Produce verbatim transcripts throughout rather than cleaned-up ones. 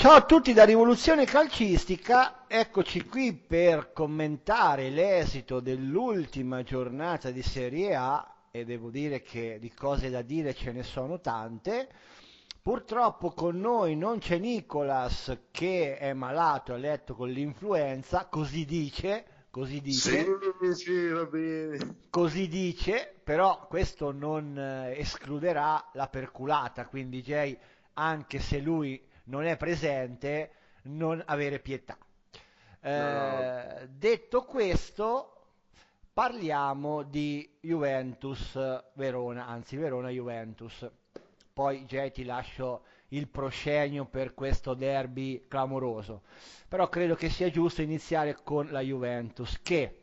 Ciao a tutti da Rivoluzione Calcistica, eccoci qui per commentare l'esito dell'ultima giornata di Serie A e devo dire che di cose da dire ce ne sono tante. Purtroppo con noi non c'è Nicolas che è malato, a letto con l'influenza, così dice, così Sì, dice. sì, va bene. Così dice, però questo non eh, escluderà la perculata, quindi Jay, anche se lui non è presente, non avere pietà. No, no, Eh, detto questo, parliamo di Juventus Verona, anzi Verona Juventus. Poi Jay ti lascio il proscenio per questo derby clamoroso. Però credo che sia giusto iniziare con la Juventus che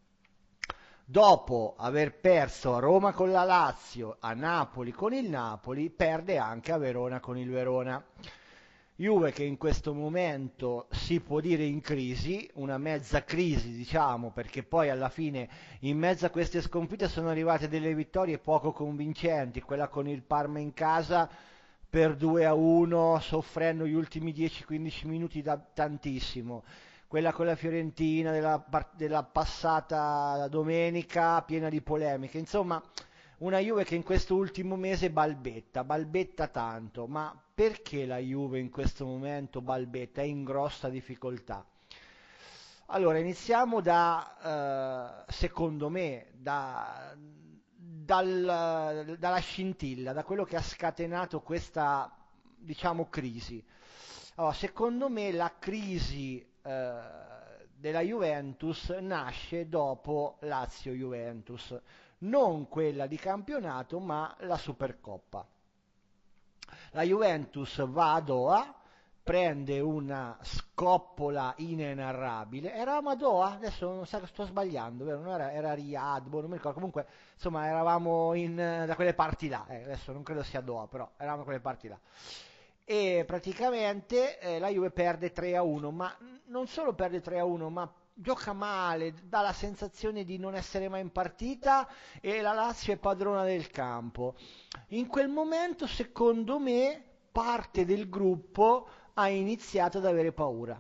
dopo aver perso a Roma con la Lazio, a Napoli con il Napoli, perde anche a Verona con il Verona. Juve che in questo momento si può dire in crisi, una mezza crisi diciamo, perché poi alla fine in mezzo a queste sconfitte sono arrivate delle vittorie poco convincenti, quella con il Parma in casa per due a uno, soffrendo gli ultimi dieci quindici minuti da tantissimo, quella con la Fiorentina della, par- della passata domenica, piena di polemiche. Insomma, una Juve che in questo ultimo mese balbetta, balbetta tanto. Ma perché la Juve in questo momento balbetta? È in grossa difficoltà. Allora, iniziamo da, eh, secondo me, da, dal- dalla scintilla, da quello che ha scatenato questa, diciamo, crisi. Allora, secondo me la crisi eh, della Juventus nasce dopo Lazio-Juventus, non quella di campionato, ma la Supercoppa. La Juventus va a Doha, prende una scoppola inenarrabile. Eravamo a Doha? Adesso non so, sto sbagliando, vero? Non era, era Riyadh, boh, non mi ricordo. Comunque, insomma, eravamo in, eh, da quelle parti là. Eh, adesso non credo sia Doha, però eravamo da quelle parti là. E praticamente eh, la Juve perde tre a uno, ma non solo perde tre a uno, ma gioca male, dà la sensazione di non essere mai in partita e la Lazio è padrona del campo. In quel momento, secondo me, parte del gruppo ha iniziato ad avere paura,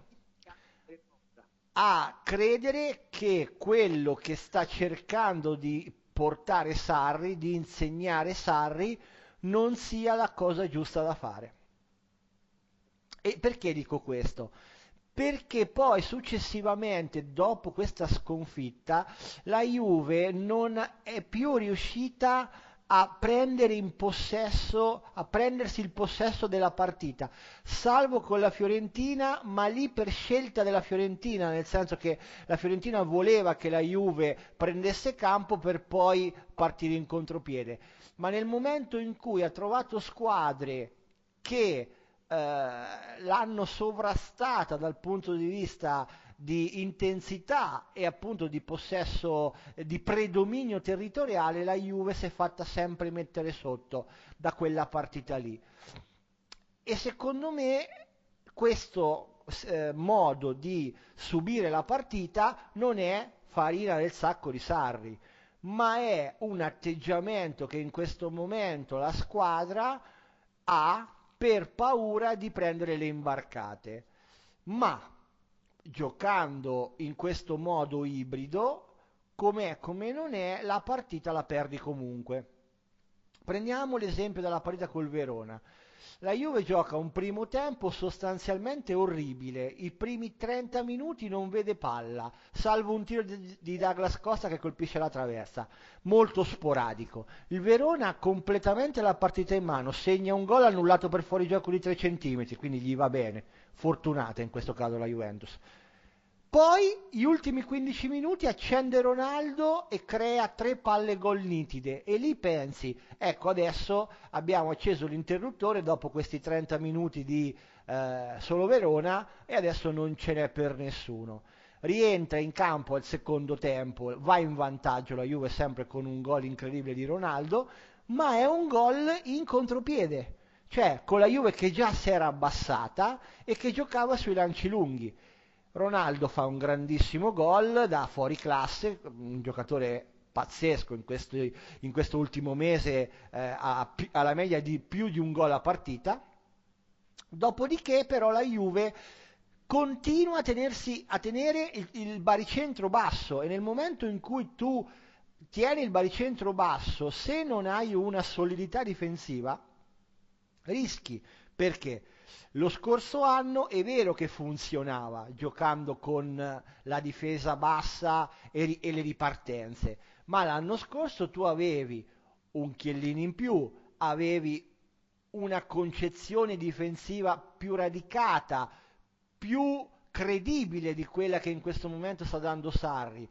a credere che quello che sta cercando di portare Sarri, di insegnare Sarri, non sia la cosa giusta da fare. E perché dico questo? Perché poi successivamente, dopo questa sconfitta, la Juve non è più riuscita a prendere in possesso, a prendersi il possesso della partita, salvo con la Fiorentina, ma lì per scelta della Fiorentina, nel senso che la Fiorentina voleva che la Juve prendesse campo per poi partire in contropiede. Ma nel momento in cui ha trovato squadre che eh, l'hanno sovrastata dal punto di vista di intensità e appunto di possesso, eh, di predominio territoriale, la Juve si è fatta sempre mettere sotto da quella partita lì. E secondo me questo eh, modo di subire la partita non è farina del sacco di Sarri, ma è un atteggiamento che in questo momento la squadra ha per paura di prendere le imbarcate. Ma giocando in questo modo ibrido, com'è come non è, la partita la perdi comunque. Prendiamo l'esempio della partita col Verona. La Juve gioca un primo tempo sostanzialmente orribile, i primi trenta minuti non vede palla, salvo un tiro di, di Douglas Costa che colpisce la traversa, molto sporadico. Il Verona ha completamente la partita in mano, segna un gol annullato per fuorigioco di tre centimetri, quindi gli va bene, fortunata in questo caso la Juventus. Poi gli ultimi quindici minuti accende Ronaldo e crea tre palle gol nitide e lì pensi, ecco adesso abbiamo acceso l'interruttore dopo questi trenta minuti di eh, solo Verona e adesso non ce n'è per nessuno. Rientra in campo al secondo tempo, va in vantaggio la Juve sempre con un gol incredibile di Ronaldo, ma è un gol in contropiede, cioè con la Juve che già si era abbassata e che giocava sui lanci lunghi. Ronaldo fa un grandissimo gol da fuori classe, un giocatore pazzesco in questo, in questo ultimo mese, eh, ha pi- ha la media di più di un gol a partita Dopodiché però la Juve continua a tenersi, a tenere il, il baricentro basso, e nel momento in cui tu tieni il baricentro basso, se non hai una solidità difensiva, rischi. Perché? Lo scorso anno è vero che funzionava giocando con eh, la difesa bassa e, ri- e le ripartenze, ma l'anno scorso tu avevi un Chiellini in più, avevi una concezione difensiva più radicata, più credibile di quella che in questo momento sta dando Sarri.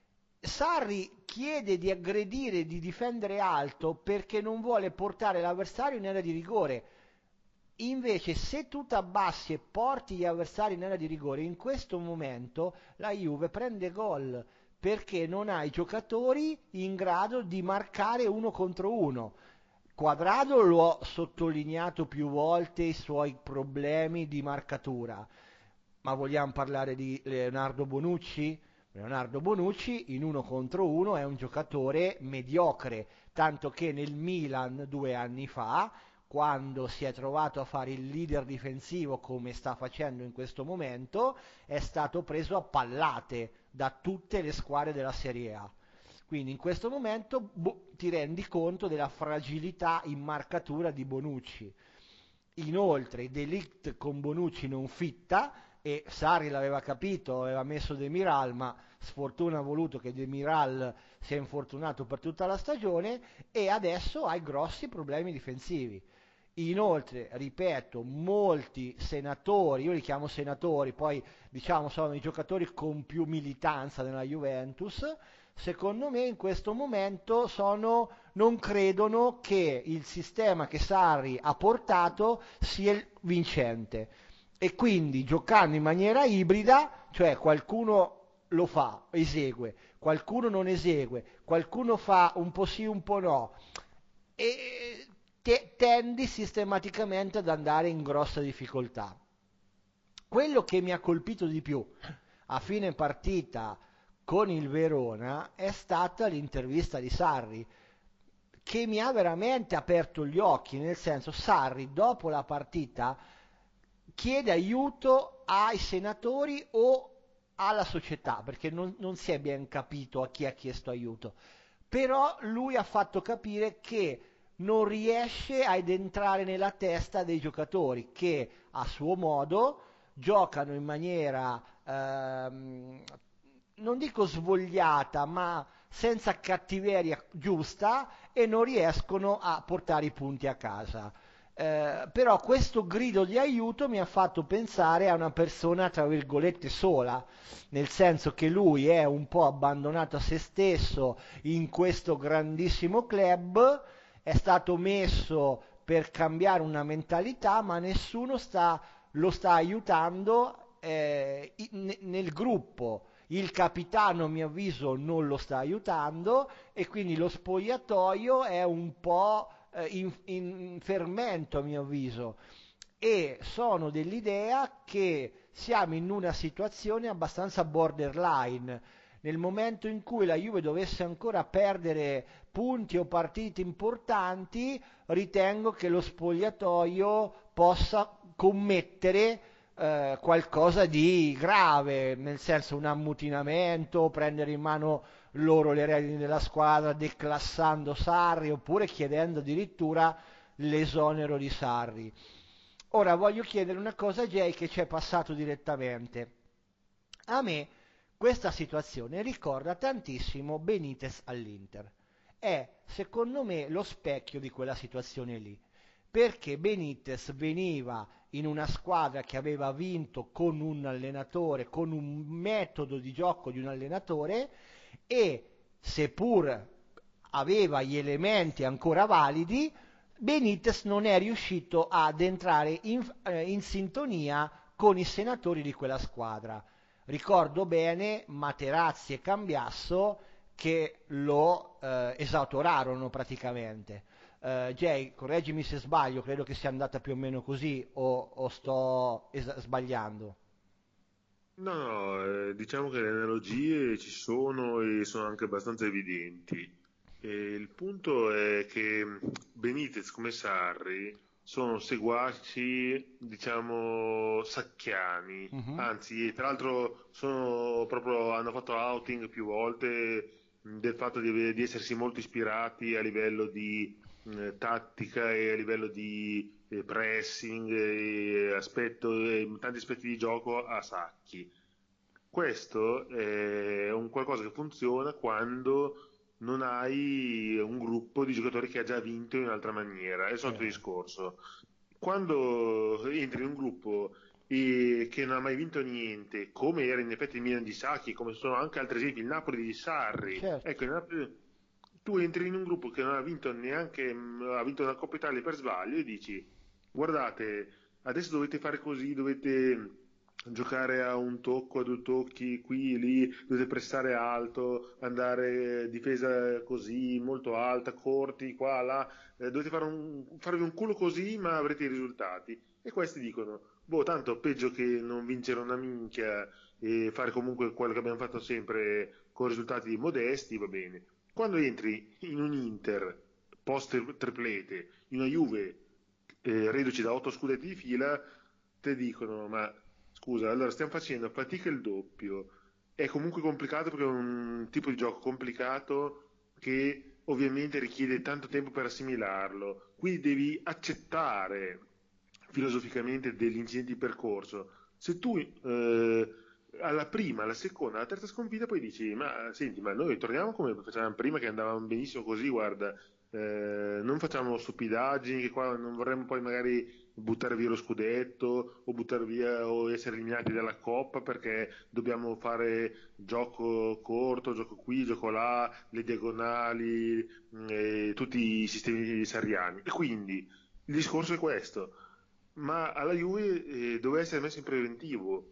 Sarri chiede di aggredire, di difendere alto perché non vuole portare l'avversario in area di rigore. Invece, se tu ti abbassi e porti gli avversari in area di rigore, in questo momento la Juve prende gol perché non ha i giocatori in grado di marcare uno contro uno. Quadrado lo ho sottolineato più volte i suoi problemi di marcatura, ma vogliamo parlare di Leonardo Bonucci? Leonardo Bonucci in uno contro uno è un giocatore mediocre, tanto che nel Milan due anni fa, quando si è trovato a fare il leader difensivo come sta facendo in questo momento, è stato preso a pallate da tutte le squadre della Serie A. Quindi in questo momento boh, ti rendi conto della fragilità in marcatura di Bonucci. Inoltre, De Ligt con Bonucci non fitta, e Sarri l'aveva capito, aveva messo Demiral, ma sfortuna ha voluto che Demiral sia infortunato per tutta la stagione, e adesso hai grossi problemi difensivi. Inoltre, ripeto, molti senatori, io li chiamo senatori, poi diciamo sono i giocatori con più militanza nella Juventus, secondo me in questo momento sono, non credono che il sistema che Sarri ha portato sia il vincente, e quindi giocando in maniera ibrida, cioè qualcuno lo fa, esegue, qualcuno non esegue, qualcuno fa un po' sì, un po' no, e te- tendi sistematicamente ad andare in grossa difficoltà. Quello che mi ha colpito di più a fine partita con il Verona è stata l'intervista di Sarri, che mi ha veramente aperto gli occhi, nel senso, Sarri dopo la partita chiede aiuto ai senatori o alla società, perché non, non si è ben capito a chi ha chiesto aiuto, però lui ha fatto capire che non riesce ad entrare nella testa dei giocatori che a suo modo giocano in maniera ehm, non dico svogliata, ma senza cattiveria giusta, e non riescono a portare i punti a casa. Eh, però questo grido di aiuto mi ha fatto pensare a una persona, tra virgolette, sola, nel senso che lui è un po' abbandonato a se stesso in questo grandissimo club, è stato messo per cambiare una mentalità, ma nessuno sta, lo sta aiutando eh, in- nel gruppo. Il capitano, a mio avviso, non lo sta aiutando, e quindi lo spogliatoio è un po' eh, in, in fermento, a mio avviso, e sono dell'idea che siamo in una situazione abbastanza borderline. Nel momento in cui la Juve dovesse ancora perdere punti o partite importanti, ritengo che lo spogliatoio possa commettere eh, qualcosa di grave, nel senso un ammutinamento, prendere in mano loro le redini della squadra, declassando Sarri, oppure chiedendo addirittura l'esonero di Sarri. Ora voglio chiedere una cosa a Jay, che ci è passato direttamente. A me questa situazione ricorda tantissimo Benitez all'Inter. È, secondo me, lo specchio di quella situazione lì, perché Benitez veniva in una squadra che aveva vinto con un allenatore, con un metodo di gioco di un allenatore, e seppur aveva gli elementi ancora validi, Benitez non è riuscito ad entrare in, eh, in sintonia con i senatori di quella squadra. Ricordo bene Materazzi e Cambiasso che lo eh, esautorarono praticamente. Eh, Jay, correggimi se sbaglio, credo che sia andata più o meno così, o, o sto es- sbagliando. No, no, eh, diciamo che le analogie ci sono e sono anche abbastanza evidenti. E il punto è che Benitez come Sarri sono seguaci, diciamo, sacchiani. Mhm. Anzi, tra l'altro sono proprio, hanno fatto outing più volte mh, del fatto di, ave- di essersi molto ispirati a livello di mh, tattica e a livello di eh, pressing e aspetto, e tanti aspetti di gioco a Sacchi. Questo è un qualcosa che funziona quando non hai un gruppo di giocatori che ha già vinto in un'altra maniera, è il solito Eh, discorso. Quando entri in un gruppo e che non ha mai vinto niente, come era in effetti il Milan di Sacchi, come sono anche altri esempi, il Napoli di Sarri, certo. ecco, il Napoli- tu entri in un gruppo che non ha vinto neanche, ha vinto una Coppa Italia per sbaglio e dici, guardate, adesso dovete fare così, dovete giocare a un tocco, a due tocchi, qui e lì, dovete pressare alto, andare difesa così, molto alta, corti, qua, là, eh, dovete fare un, farvi un culo così, ma avrete i risultati. E questi dicono, boh, tanto peggio che non vincere una minchia e fare comunque quello che abbiamo fatto sempre con risultati modesti, va bene. Quando entri in un Inter post triplete, in una Juve eh, reduci da otto scudetti di fila, te dicono, ma scusa, allora stiamo facendo fatica il doppio, è comunque complicato perché è un tipo di gioco complicato che ovviamente richiede tanto tempo per assimilarlo, quindi devi accettare filosoficamente degli incidenti di percorso. Se tu eh, alla prima, alla seconda, alla terza sconfitta poi dici, ma senti, ma noi torniamo come facevamo prima che andavamo benissimo così, guarda, eh, non facciamo stupidaggini che qua non vorremmo poi magari buttare via lo scudetto o buttare via o essere eliminati dalla Coppa perché dobbiamo fare gioco corto, gioco qui, gioco là, le diagonali, mh, e tutti i sistemi sarriani. E quindi il discorso è questo, ma alla Juve eh, doveva essere messo in preventivo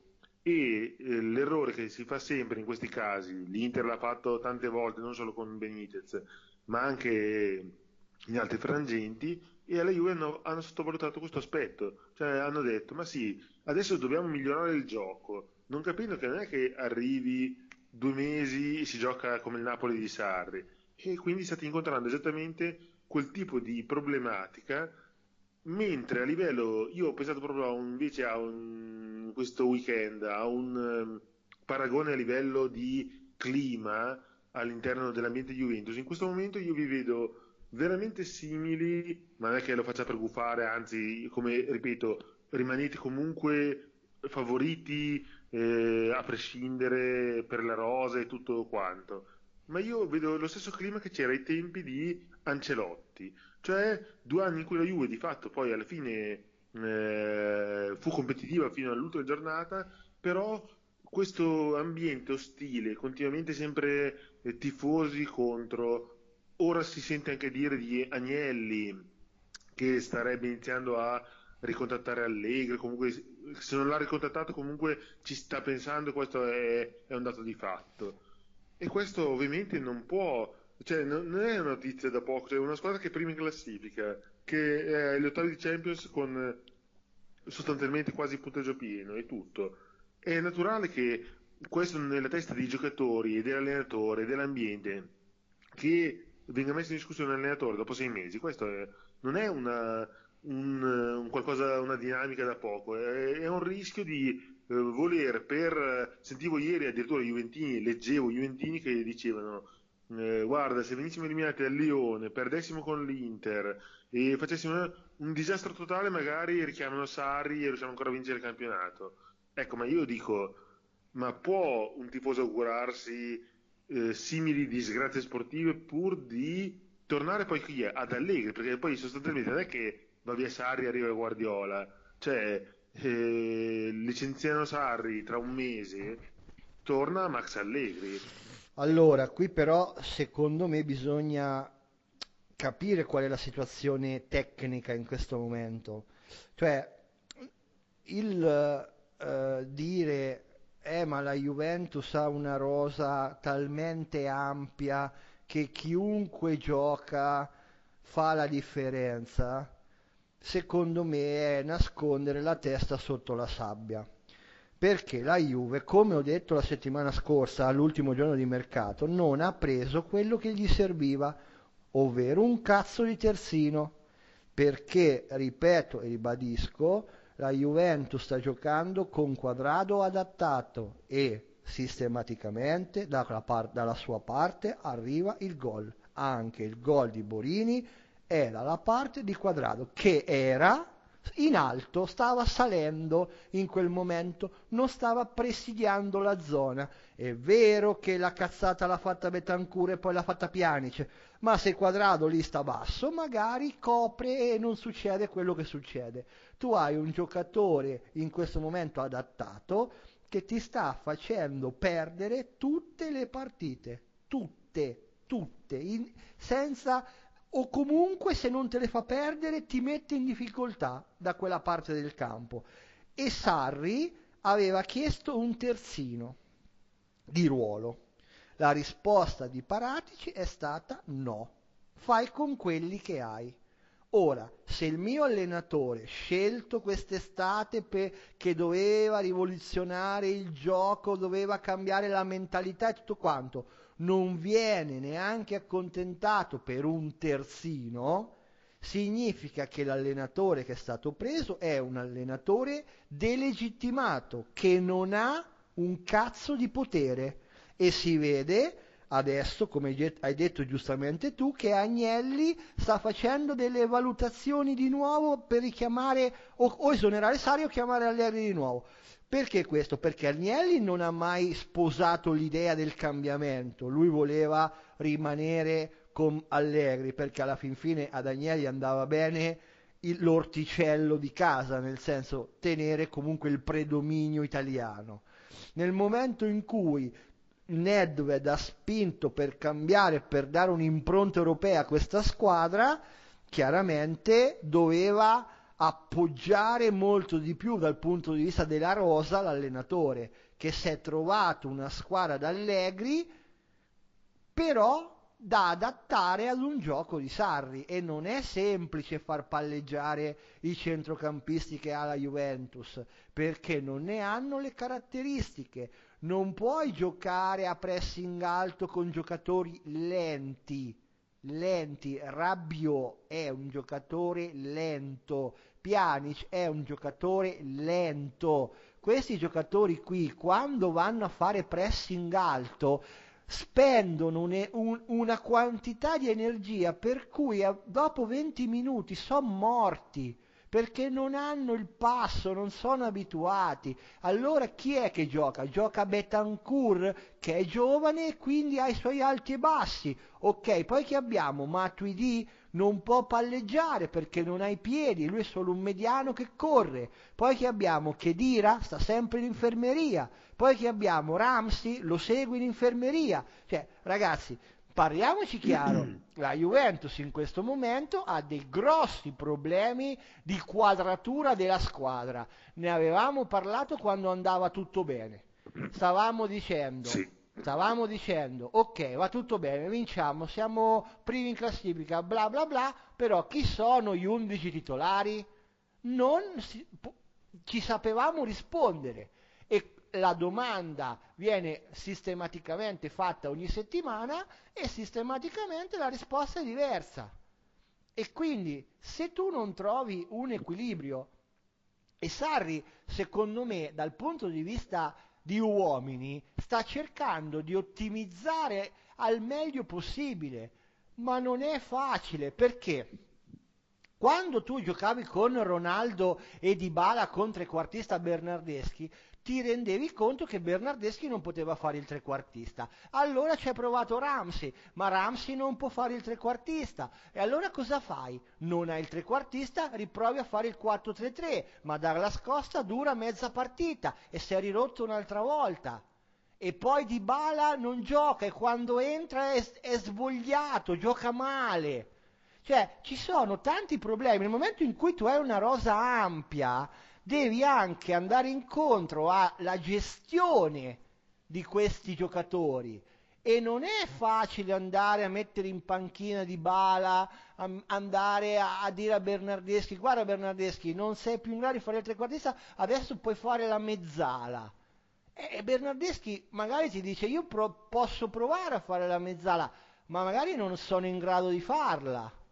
e eh, l'errore che si fa sempre in questi casi, l'Inter l'ha fatto tante volte, non solo con Benitez, ma anche in altri frangenti, e alla Juve hanno, hanno sottovalutato questo aspetto, cioè hanno detto, ma sì, adesso dobbiamo migliorare il gioco, non capendo che non è che arrivi due mesi e si gioca come il Napoli di Sarri, e quindi state incontrando esattamente quel tipo di problematica, mentre a livello, io ho pensato proprio a un, invece a un, questo weekend, a un ehm, paragone a livello di clima all'interno dell'ambiente Juventus. In questo momento io vi vedo veramente simili, ma non è che lo faccia per gufare, anzi, come ripeto, rimanete comunque favoriti eh, a prescindere per la rosa e tutto quanto. Ma io vedo lo stesso clima che c'era ai tempi di Ancelotti, cioè due anni in cui la Juve di fatto poi alla fine eh, fu competitiva fino all'ultima giornata, però questo ambiente ostile, continuamente sempre eh, tifosi contro, ora si sente anche dire di Agnelli che starebbe iniziando a ricontattare Allegri, comunque se non l'ha ricontattato comunque ci sta pensando, questo è, è un dato di fatto. E questo ovviamente non può, cioè non, non è una notizia da poco, cioè una squadra che è prima in classifica, che è agli ottavi di Champions con eh, sostanzialmente quasi punteggio pieno e tutto. È naturale che questo nella testa dei giocatori e dell'allenatore e dell'ambiente che venga messo in discussione l'allenatore dopo sei mesi, questo è- non è una, un, un qualcosa, una dinamica da poco, è, è un rischio di eh, voler per... Sentivo ieri addirittura Juventini, leggevo Juventini che dicevano eh, guarda, se venissimo eliminati dal Lione, perdessimo con l'Inter e facessimo un disastro totale, magari richiamano Sarri e riusciamo ancora a vincere il campionato. Ecco, ma io dico, ma può un tifoso augurarsi eh, simili disgrazie sportive pur di tornare poi qui ad Allegri? Perché poi sostanzialmente non è che va via Sarri e arriva Guardiola, cioè eh, licenziano Sarri tra un mese, torna Max Allegri. Allora, qui però secondo me bisogna capire qual è la situazione tecnica in questo momento. Cioè, il eh, dire, eh, ma la Juventus ha una rosa talmente ampia che chiunque gioca fa la differenza, secondo me è nascondere la testa sotto la sabbia. Perché la Juve, come ho detto la settimana scorsa, all'ultimo giorno di mercato, non ha preso quello che gli serviva, ovvero un cazzo di terzino. perché, ripeto e ribadisco, la Juventus sta giocando con quadrato adattato e sistematicamente dalla, par- dalla sua parte arriva il gol. Anche il gol di Borini è dalla parte di Quadrado, che era in alto, stava salendo in quel momento, non stava presidiando la zona. È vero che la cazzata l'ha fatta Bentancur e poi l'ha fatta Pjanic, ma se Quadrado lì sta basso, magari copre e non succede quello che succede. Tu hai un giocatore in questo momento adattato che ti sta facendo perdere tutte le partite, tutte, tutte, in- senza, o comunque se non te le fa perdere ti mette in difficoltà da quella parte del campo. E Sarri aveva chiesto un terzino di ruolo. La risposta di Paratici è stata no, fai con quelli che hai. Ora, se il mio allenatore, scelto quest'estate per, che doveva rivoluzionare il gioco, doveva cambiare la mentalità e tutto quanto, non viene neanche accontentato per un terzino, significa che l'allenatore che è stato preso è un allenatore delegittimato, che non ha un cazzo di potere. E si vede adesso, come hai detto giustamente tu, che Agnelli sta facendo delle valutazioni di nuovo per richiamare o, o esonerare Sarri o chiamare Allegri di nuovo. Perché questo? Perché Agnelli non ha mai sposato l'idea del cambiamento, lui voleva rimanere con Allegri, perché alla fin fine ad Agnelli andava bene il, l'orticello di casa, nel senso tenere comunque il predominio italiano. Nel momento in cui Nedved ha spinto per cambiare, per dare un'impronta europea a questa squadra, chiaramente doveva appoggiare molto di più dal punto di vista della rosa l'allenatore, che si è trovato una squadra da Allegri, però da adattare ad un gioco di Sarri, e non è semplice far palleggiare i centrocampisti che ha la Juventus, perché non ne hanno le caratteristiche. Non puoi giocare a pressing alto con giocatori lenti, lenti. Rabiot è un giocatore lento, Pjanic è un giocatore lento. Questi giocatori qui, quando vanno a fare pressing alto, spendono un, un, una quantità di energia per cui a, dopo venti minuti sono morti, perché non hanno il passo, non sono abituati. Allora chi è che gioca? Gioca Bentancur, che è giovane e quindi ha i suoi alti e bassi. Ok, poi che abbiamo? Matuidi non può palleggiare perché non ha i piedi, lui è solo un mediano che corre. Poi che abbiamo? Khedira sta sempre in infermeria. Poi che abbiamo? Ramsey lo segue in infermeria. Cioè, ragazzi, parliamoci chiaro, la Juventus in questo momento ha dei grossi problemi di quadratura della squadra. Ne avevamo parlato quando andava tutto bene. Stavamo dicendo, Sì. stavamo dicendo, ok, va tutto bene, vinciamo, siamo primi in classifica, bla bla bla, però chi sono gli undici titolari? Non si, po- ci sapevamo rispondere. E la domanda viene sistematicamente fatta ogni settimana e sistematicamente la risposta è diversa. E quindi se tu non trovi un equilibrio, e Sarri, secondo me, dal punto di vista di uomini, sta cercando di ottimizzare al meglio possibile, ma non è facile, perché quando tu giocavi con Ronaldo e Dybala con trequartista Bernardeschi, ti rendevi conto che Bernardeschi non poteva fare il trequartista. Allora ci hai provato Ramsey, ma Ramsey non può fare il trequartista. E allora cosa fai? Non hai il trequartista, riprovi a fare il quattro tre tre, ma Douglas Costa dura mezza partita e si è rirotto un'altra volta. E poi Dybala non gioca e quando entra è, è svogliato, gioca male. Cioè, ci sono tanti problemi. Nel momento in cui tu hai una rosa ampia, devi anche andare incontro alla gestione di questi giocatori. E non è facile andare a mettere in panchina Dybala, a- andare a, a dire a Bernardeschi: guarda Bernardeschi, non sei più in grado di fare il trequartista, adesso puoi fare la mezzala. E Bernardeschi magari ti dice: io pro- posso provare a fare la mezzala, ma magari non sono in grado di farla.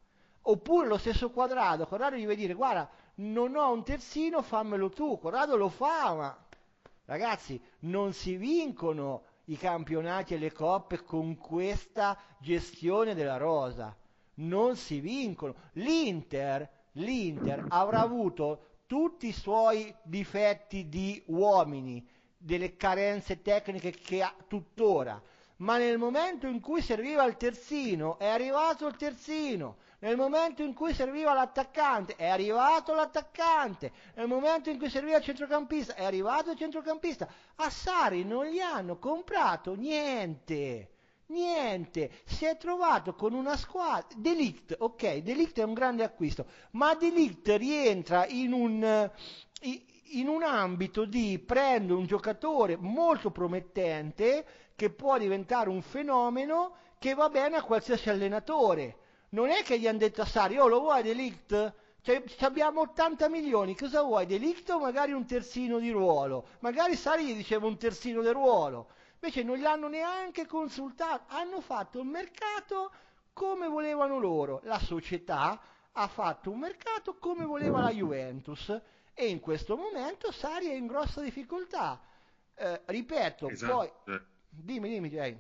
Oppure lo stesso Quadrado, Quadrado gli deve dire guarda, non ho un terzino, fammelo tu. Quadrado lo fa, ma ragazzi, non si vincono i campionati e le coppe con questa gestione della rosa. Non si vincono. L'Inter, l'Inter avrà avuto tutti i suoi difetti di uomini, delle carenze tecniche che ha tuttora, ma nel momento in cui serviva il terzino, è arrivato il terzino. Nel momento in cui serviva l'attaccante, è arrivato l'attaccante. Nel momento in cui serviva il centrocampista, è arrivato il centrocampista. A Sarri non gli hanno comprato niente. Niente. Si è trovato con una squadra. De Ligt, ok, De Ligt è un grande acquisto, ma De Ligt rientra in un, in un ambito di prendo un giocatore molto promettente che può diventare un fenomeno che va bene a qualsiasi allenatore. Non è che gli hanno detto a Sarri, oh lo vuoi De Ligt? Cioè, abbiamo ottanta milioni, cosa vuoi? De Ligt o magari un terzino di ruolo? Magari Sarri gli diceva un terzino di ruolo. Invece non l'hanno neanche consultato, hanno fatto il mercato come volevano loro. La società ha fatto un mercato come voleva la Juventus e in questo momento Sarri è in grossa difficoltà. Eh, ripeto, poi... Esatto. Dimmi, dimmi, Jay.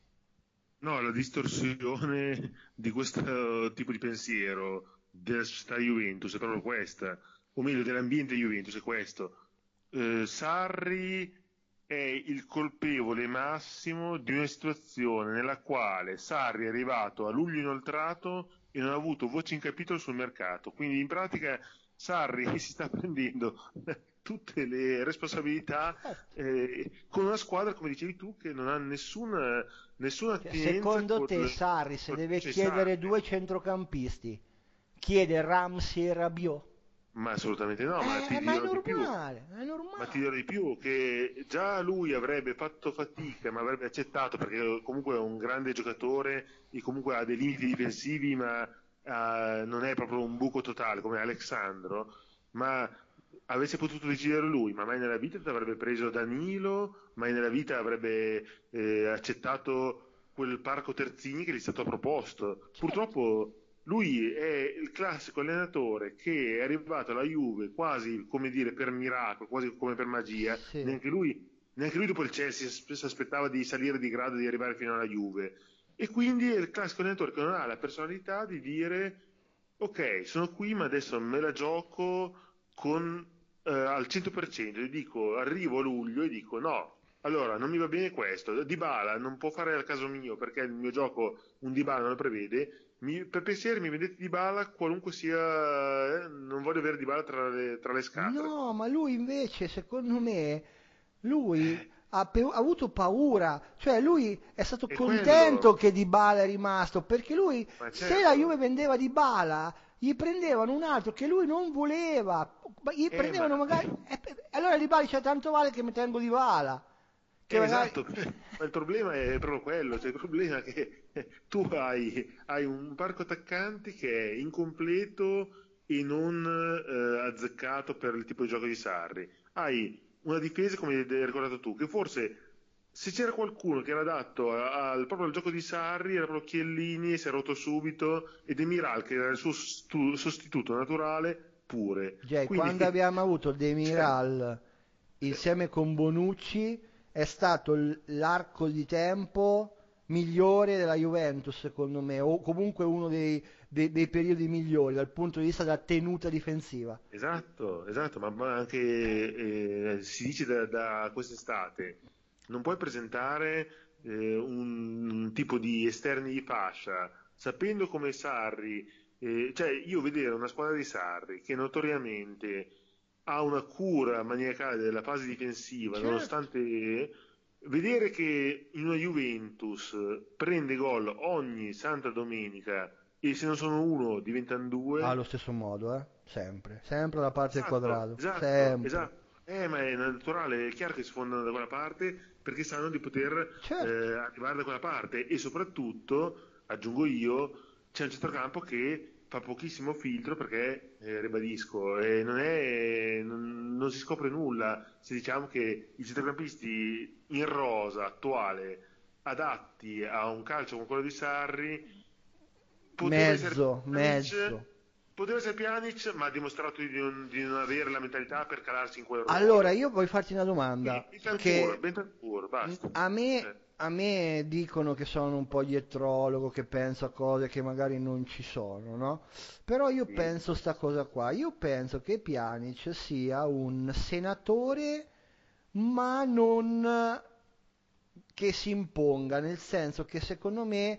No, la distorsione di questo tipo di pensiero della società Juventus è proprio questa, o meglio dell'ambiente Juventus è questo. Eh, Sarri è il colpevole massimo di una situazione nella quale Sarri è arrivato a luglio inoltrato e non ha avuto voce in capitolo sul mercato, quindi in pratica Sarri si sta prendendo tutte le responsabilità eh, con una squadra, come dicevi tu, che non ha nessuna, nessuna Cioè, attinenza secondo con te Sarri se con il deve chiedere necessario. due centrocampisti, chiede Ramsey e Rabiot? Ma assolutamente no, ma ti Eh, ma è dirò di più, normale, è ma ti normale. dirò di più che già lui avrebbe fatto fatica, ma avrebbe accettato perché comunque è un grande giocatore e comunque ha dei limiti difensivi, ma eh, non è proprio un buco totale come Alexandro, ma avesse potuto decidere lui, ma mai nella vita ti avrebbe preso Danilo, mai nella vita avrebbe eh, accettato quel parco terzini che gli è stato proposto. Certo. Purtroppo lui è il classico allenatore che è arrivato alla Juve quasi come dire per miracolo, quasi come per magia, Sì. neanche lui, neanche lui dopo il Chelsea si aspettava di salire di grado e di arrivare fino alla Juve. E quindi è il classico allenatore che non ha la personalità di dire ok, sono qui ma adesso me la gioco con, eh, al cento per cento, e dico arrivo a luglio e dico no, allora non mi va bene questo, Dybala non può fare al caso mio perché il mio gioco un Dybala non lo prevede, mi, per piacere mi vendete Dybala qualunque sia, eh, non voglio avere Dybala tra le, tra le scatole. No, ma lui invece, secondo me, lui Eh, ha, pe- ha avuto paura, cioè lui è stato è contento quello, che Dybala è rimasto, perché lui, ma se la Juve certo, vendeva Dybala, gli prendevano un altro che lui non voleva, ma gli eh, ma prendevano magari... e pe- allora Dybala dice tanto vale che mi tengo Dybala, che Eh, magari... esatto, ma il problema è proprio quello, cioè il problema è che eh, tu hai, hai un parco attaccanti che è incompleto e non eh, azzeccato per il tipo di gioco di Sarri. Hai una difesa, come hai ricordato tu, che forse se c'era qualcuno che era adatto a- al proprio al gioco di Sarri era proprio Chiellini, si è rotto subito, ed Demiral, che era il suo stu- sostituto naturale, pure. Jay, Quindi, quando abbiamo avuto cioè, Demiral insieme con Bonucci è stato l- l'arco di tempo migliore della Juventus, secondo me, o comunque uno dei, dei- dei periodi migliori dal punto di vista della tenuta difensiva. esatto, esatto, ma, ma anche eh, si dice da, da quest'estate, non puoi presentare eh, un, un tipo di esterni di fascia, sapendo come Sarri, eh, cioè io vedere una squadra di Sarri che notoriamente ha una cura maniacale della fase difensiva, Certo. nonostante vedere che in una Juventus prende gol ogni santa domenica e se non sono uno diventano due. Allo stesso modo, eh? Sempre, sempre dalla parte del Esatto, quadrato, esatto, sempre. esatto. Eh, ma è naturale, è chiaro che si fondano da quella parte perché sanno di poter eh, Certo. arrivare da quella parte e soprattutto, aggiungo io, c'è un centrocampo che fa pochissimo filtro perché, eh, ribadisco, eh, non è, non, non si scopre nulla se diciamo che i centrocampisti in rosa attuale adatti a un calcio come quello di Sarri poteva essere Mezzo, Pjanic, mezzo. poteva essere Pjanic, ma ha dimostrato di non, di non avere la mentalità per calarsi in quel Allora, ruolo. io voglio farti una Quindi domanda, Bentancur, che Bentancur, mh, basta. a me, Eh, a me dicono che sono un po' dietrologo, che penso a cose che magari non ci sono, no? Però io sì. penso sta cosa qua, io penso che Pjanic sia un senatore, ma non che si imponga, nel senso che secondo me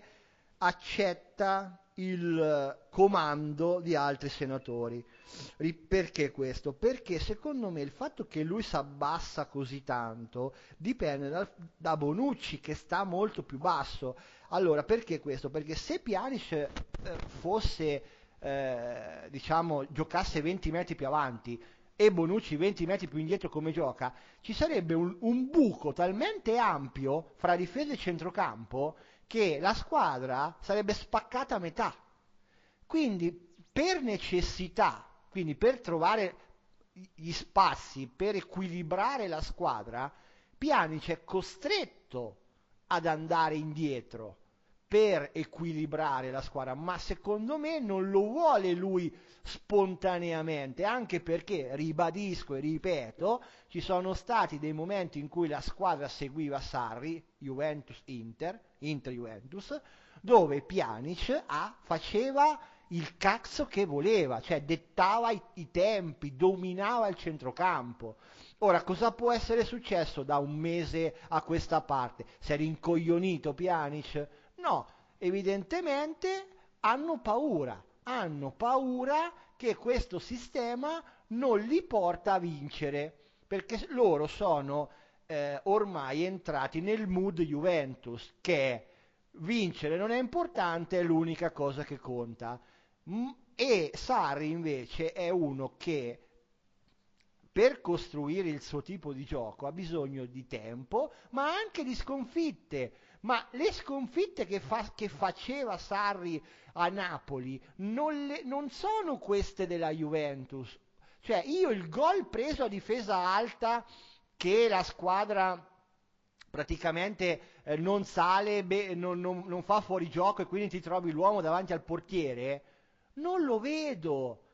accetta il eh, comando di altri senatori. Ri- Perché questo? Perché secondo me il fatto che lui si abbassa così tanto dipende dal- da Bonucci che sta molto più basso. Allora, perché questo? Perché se Pjanic eh, fosse, eh, diciamo, giocasse venti metri più avanti e Bonucci venti metri più indietro come gioca, ci sarebbe un, un buco talmente ampio fra difesa e centrocampo che la squadra sarebbe spaccata a metà. Quindi per necessità, quindi per trovare gli spazi, per equilibrare la squadra, Pjanic è costretto ad andare indietro per equilibrare la squadra, ma secondo me non lo vuole lui spontaneamente, anche perché, ribadisco e ripeto, ci sono stati dei momenti in cui la squadra seguiva Sarri, Juventus-Inter, Inter-Juventus, dove Pjanic ah, faceva il cazzo che voleva, cioè dettava i, i tempi, dominava il centrocampo. Ora, cosa può essere successo da un mese a questa parte? Si è rincoglionito Pjanic? No, evidentemente hanno paura, hanno paura che questo sistema non li porta a vincere, perché loro sono eh, ormai entrati nel mood Juventus, che è vincere non è importante, è l'unica cosa che conta. Mm, E Sarri invece è uno che per costruire il suo tipo di gioco ha bisogno di tempo, ma anche di sconfitte. Ma le sconfitte che, fa- che faceva Sarri a Napoli non, le- non sono queste della Juventus. Cioè, io il gol preso a difesa alta che la squadra praticamente eh, non sale, be- non, non- non fa fuori gioco e quindi ti trovi l'uomo davanti al portiere, non lo vedo.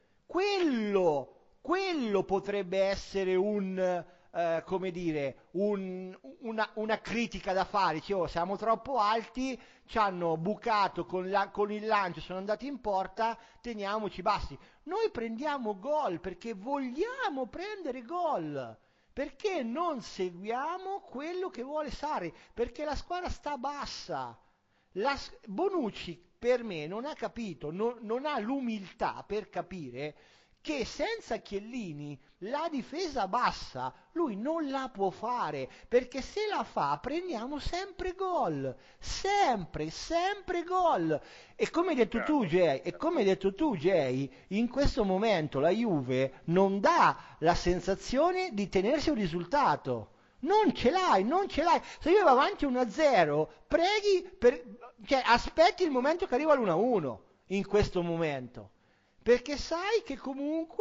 Quello, quello potrebbe essere un, eh, come dire, un- una, una critica da fare. Dice, "Oh, siamo troppo alti, ci hanno bucato con, la- con il lancio, sono andati in porta, teniamoci bassi. Noi prendiamo gol perché vogliamo prendere gol. Perché non seguiamo quello che vuole Sarri? Perché la squadra sta bassa. La s- Bonucci per me non ha capito, non, non ha l'umiltà per capire che senza Chiellini la difesa bassa lui non la può fare, perché se la fa prendiamo sempre gol, sempre, sempre gol. E come hai detto tu, Chiaro. Jay, e come hai detto tu, Jay, in questo momento la Juve non dà la sensazione di tenersi un risultato. Non ce l'hai, non ce l'hai. Se io ero avanti uno a zero, preghi per, cioè aspetti il momento che arriva l'uno a uno in questo momento, perché sai che comunque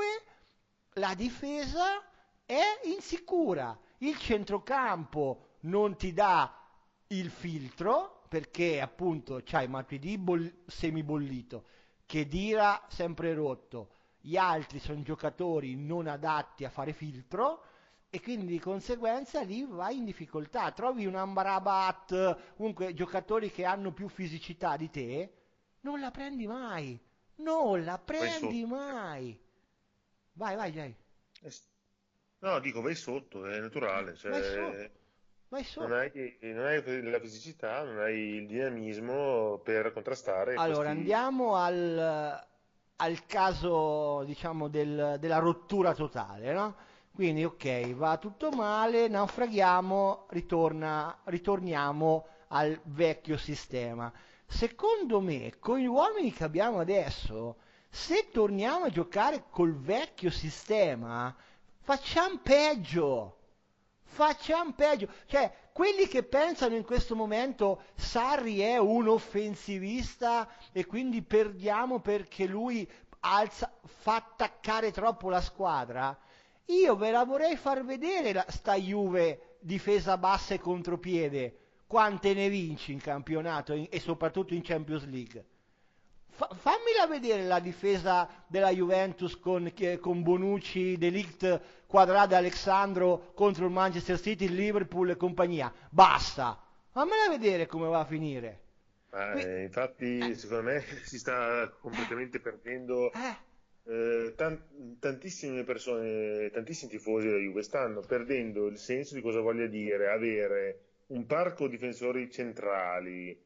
la difesa è insicura, il centrocampo non ti dà il filtro perché appunto c'hai Matuidi boll- semibollito, Khedira sempre rotto, gli altri sono giocatori non adatti a fare filtro e quindi di conseguenza lì vai in difficoltà. Trovi un Amrabat, comunque giocatori che hanno più fisicità di te, non la prendi mai, non la Vai prendi sotto. mai. Vai, vai, Jay, Eh sì. No, dico, vai sotto, è naturale, vai sotto, cioè vai non sotto. hai, non hai la fisicità, non hai il dinamismo per contrastare Allora, questi... andiamo al, al caso, diciamo, del- della rottura totale, no? Quindi, ok, va tutto male, naufraghiamo, ritorna, ritorniamo al vecchio sistema. Secondo me, con gli uomini che abbiamo adesso, se torniamo a giocare col vecchio sistema, facciamo peggio. Facciamo peggio. Cioè, quelli che pensano in questo momento Sarri è un offensivista e quindi perdiamo perché lui alza, fa attaccare troppo la squadra, io ve la vorrei far vedere la, sta Juve difesa bassa e contropiede. Quante ne vinci in campionato in- e soprattutto in Champions League? Fa- fammela vedere la difesa della Juventus con, che- con Bonucci, De Ligt, Quadrado e Alexandro contro il Manchester City, il Liverpool e compagnia. Basta! Fammela vedere come va a finire. Ma, Qui, eh, eh, infatti, secondo me si sta completamente perdendo. eh, Eh, tan- tantissime persone, tantissimi tifosi della Juve stanno perdendo il senso di cosa voglia dire avere un parco difensori centrali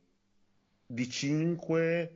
di cinque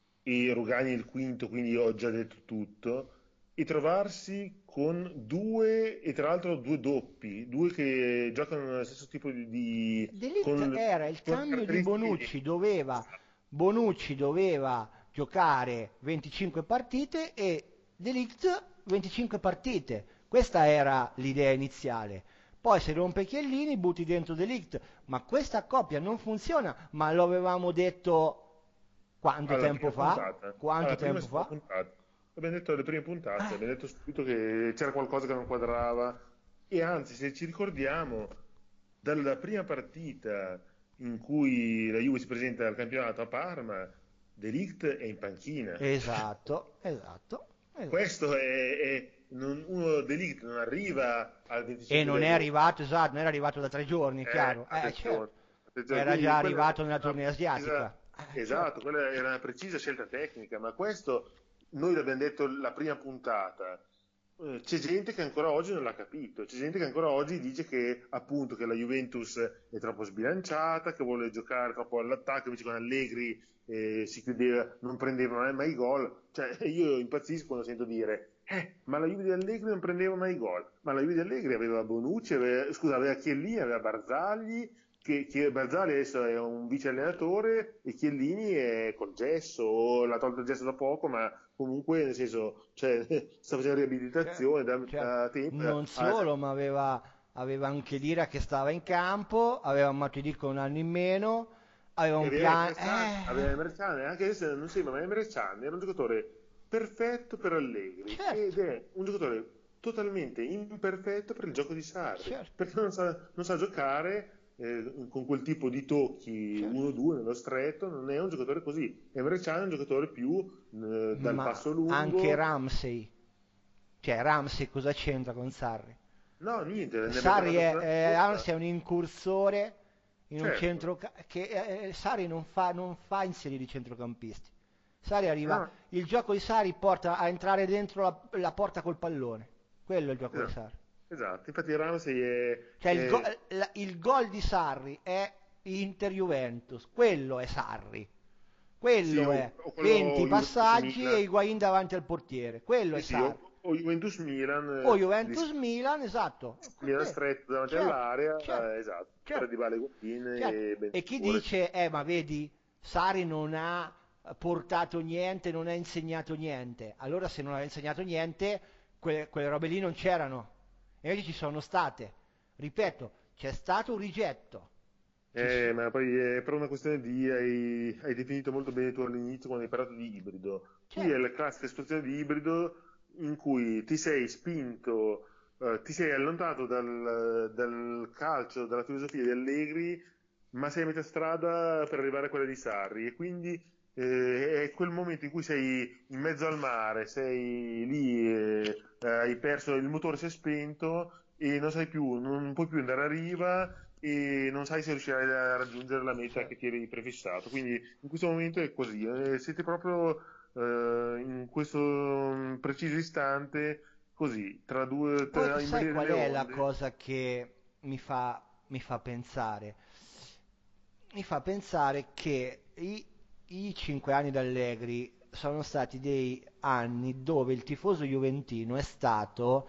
e Rugani il quinto, quindi ho già detto tutto, e trovarsi con due, e tra l'altro due doppi, due che giocano nello stesso tipo di, di- De Ligt con, era il con cambio di caratteristiche. Bonucci, doveva, Bonucci doveva giocare venticinque partite e De Ligt venticinque partite. Questa era l'idea iniziale. Poi se rompe Chiellini butti dentro De Ligt, ma questa coppia non funziona, ma lo avevamo detto quanto Alla tempo prima fa? puntata, Quanto alla prima tempo seconda fa? puntata, abbiamo detto alle prime puntate, Eh, abbiamo detto subito che c'era qualcosa che non quadrava e anzi, se ci ricordiamo, dalla prima partita in cui la Juve si presenta al campionato a Parma, De Ligt è in panchina. esatto, esatto, esatto. Questo è, è- non- uno De Ligt non arriva al E venticinque non di è agosto. arrivato, esatto, non era arrivato da tre giorni, Eh, chiaro. Eh, attenzione, certo. attenzione. Era già Quindi quella è arrivato nella una tournée precisa, asiatica. Eh, esatto, certo. quella era una precisa scelta tecnica, ma questo noi l'abbiamo detto la prima puntata. Eh, C'è gente che ancora oggi non l'ha capito, c'è gente che ancora oggi dice che appunto che la Juventus è troppo sbilanciata, che vuole giocare troppo all'attacco, invece con Allegri eh, si chiudeva, non prendeva mai i gol. Cioè, io impazzisco quando sento dire eh, ma la Juve di Allegri non prendeva mai i gol. Ma la Juve di Allegri aveva Bonucci, aveva, scusa, aveva Chiellini, aveva Barzagli, che, che Barzagli adesso è un vice allenatore e Chiellini è col gesso, l'ha tolto il gesso da poco, ma comunque nel senso, cioè, sta facendo Certo, riabilitazione da, certo. da tempo. Non Ha- solo, ma aveva, aveva anche Lira che stava in campo, aveva Matuidi con un anno in meno, aveva e un aveva piano. Emre Can, aveva Eh, Emre Can, e anche adesso non sembra, ma Emre Can era un giocatore perfetto per Allegri certo, ed è un giocatore totalmente imperfetto per il gioco di Sarri, certo, perché non sa, non sa giocare eh, con quel tipo di tocchi certo. uno due nello stretto, non è un giocatore così. Emre Can è un giocatore più eh, dal Ma passo anche lungo. Ramsey, cioè Ramsey cosa c'entra con Sarri? No, niente, ne abbiamo Sarri parlato è, la è, volta. Ramsey è un incursore in un Certo, centro che eh, Sarri non fa, non fa inserire i centrocampisti. Sarri arriva, no, il gioco di Sarri porta a entrare dentro la, la porta col pallone. Quello è il gioco di esatto, Sarri. esatto. Infatti Ramsey è, Cioè il, go- è la- il gol di Sarri è Inter-Juventus, quello è Sarri. sì, Quello o, è o venti quello passaggi e Juventus-Milan. Higuain davanti al portiere. Quello è Sì, sì, o, Sarri. o Juventus-Milan, O eh, di Juventus-Milan, esatto. Milan Que- stretto davanti Certo, all'area, certo, eh, esatto, tra certo, Dybala e Higuain certo. e E chi Bentancur. dice, eh, ma vedi, Sari non ha portato niente, non ha insegnato niente. Allora se non ha insegnato niente, quelle, quelle robe lì non c'erano. E invece ci sono state. Ripeto, c'è stato un rigetto. Ci Eh, so- ma poi è per una questione di, hai, hai definito molto bene tu all'inizio quando hai parlato di ibrido. Qui è certo, la classica situazione di ibrido in cui ti sei spinto, eh, ti sei allontanato dal, dal calcio, dalla filosofia di Allegri, ma sei a metà strada per arrivare a quella di Sarri e quindi eh, è quel momento in cui sei in mezzo al mare, sei lì, eh, eh, hai perso, il motore si è spento e non sai più, non puoi più andare a riva e non sai se riuscirai a raggiungere la meta che certo. ti eri prefissato. Quindi in questo momento è così, eh, siete proprio eh, in questo mm, preciso istante così, tra due, Poi tra, in sai balia qual delle è la onde. cosa che mi fa, mi fa pensare? Mi fa pensare che i, i cinque anni d'Allegri sono stati dei anni dove il tifoso juventino è stato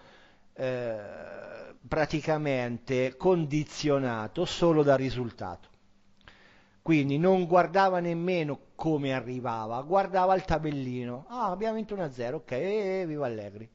eh, praticamente condizionato solo dal risultato. Quindi non guardava nemmeno come arrivava, guardava il tabellino. Ah, abbiamo vinto uno a zero, ok, eh, viva Allegri.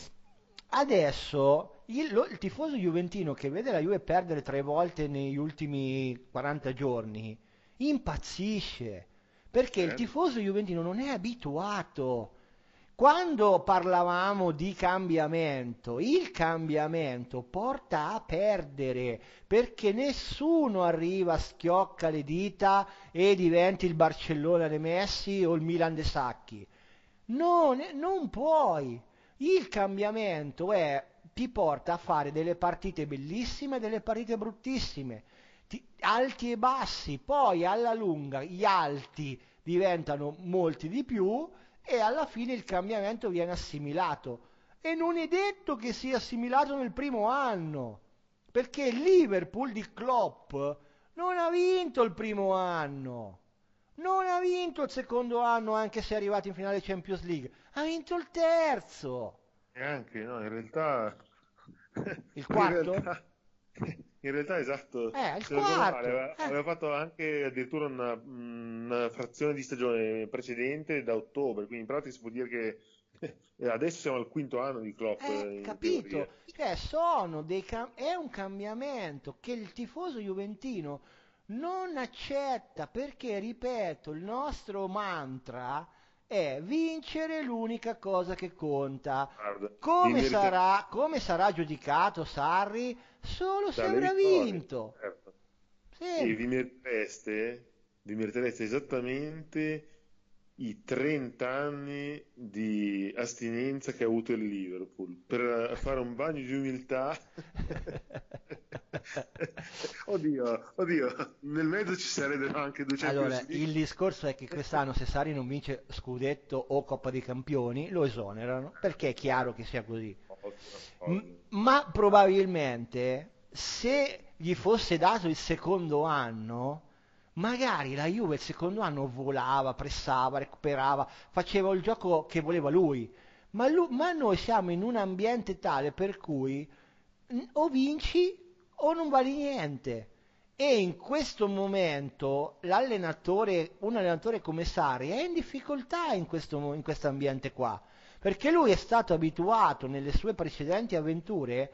Adesso il, lo- il tifoso juventino che vede la Juve perdere tre volte negli ultimi quaranta giorni impazzisce perché il Certo. tifoso juventino non è abituato. quando parlavamo di cambiamento, il cambiamento porta a perdere, perché nessuno arriva, schiocca le dita e diventi il Barcellona dei Messi o il Milan dei Sacchi. Non, non puoi. Il cambiamento è, ti porta a fare delle partite bellissime e delle partite bruttissime, ti- alti e bassi, poi alla lunga gli alti diventano molti di più e alla fine il cambiamento viene assimilato. E non è detto che sia assimilato nel primo anno, perché il Liverpool di Klopp non ha vinto il primo anno, non ha vinto il secondo anno anche se è arrivato in finale Champions League, ha vinto il terzo, E anche, no, in realtà, il in quarto? realtà, in realtà esatto, Eh, il se non ricordo male, quarto. aveva, Eh. aveva fatto anche addirittura una, una frazione di stagione precedente da ottobre, quindi in pratica si può dire che adesso siamo al quinto anno di Klopp, Eh, eh, in teoria. capito? Cioè, sono dei cam- è un cambiamento che il tifoso juventino non accetta perché, ripeto, il nostro mantra è vincere è l'unica cosa che conta. Guarda, vi Come meriterete sarà, come sarà giudicato Sarri? Solo se dalle avrà vittorie, vinto. certo. E vi Sempre. meritereste, vi meritereste esattamente i trenta anni di astinenza che ha avuto il Liverpool per fare un bagno di umiltà. Oddio, oddio, nel mezzo ci sarebbero anche due Allora, Champions il League. discorso è che quest'anno se Sarri non vince scudetto o Coppa dei Campioni, lo esonerano, perché è chiaro che sia così. Ovvio, M- ovvio. ma probabilmente se gli fosse dato il secondo anno, magari la Juve il secondo anno volava, pressava, recuperava, faceva il gioco che voleva lui. Ma, lu- ma noi siamo in un ambiente tale per cui mm, o vinci o non vali niente. E in questo momento l'allenatore, un allenatore come Sarri è in difficoltà in questo, mo- in questo ambiente qua, perché lui è stato abituato nelle sue precedenti avventure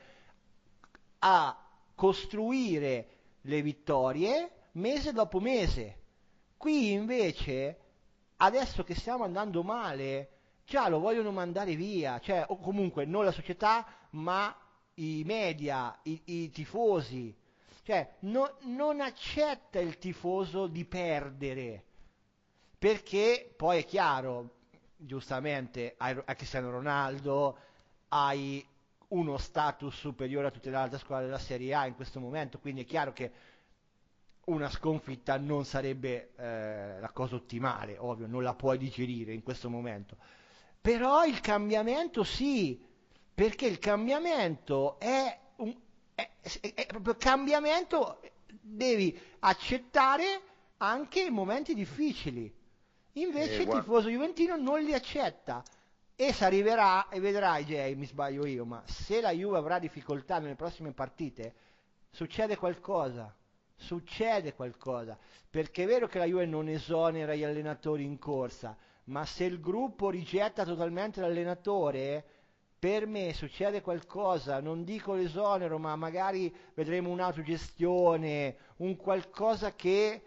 a costruire le vittorie mese dopo mese. Qui invece, adesso che stiamo andando male, già lo vogliono mandare via, cioè, o comunque non la società, ma i media, i, i tifosi. Cioè, no- non accetta il tifoso di perdere, perché poi è chiaro, giustamente, hai a Cristiano Ronaldo, hai uno status superiore a tutte le altre squadre della Serie A in questo momento, quindi è chiaro che una sconfitta non sarebbe eh, la cosa ottimale, ovvio, non la puoi digerire in questo momento. Però il cambiamento sì, perché il cambiamento è un è, è- è proprio cambiamento, devi accettare anche i momenti difficili. Eh, Invece il guarda, tifoso juventino non li accetta. E si arriverà, e vedrai Jay, mi sbaglio io, ma se la Juve avrà difficoltà nelle prossime partite, succede qualcosa, succede qualcosa, perché è vero che la Juve non esonera gli allenatori in corsa, ma se il gruppo rigetta totalmente l'allenatore, per me succede qualcosa, non dico l'esonero, ma magari vedremo un'autogestione, un qualcosa che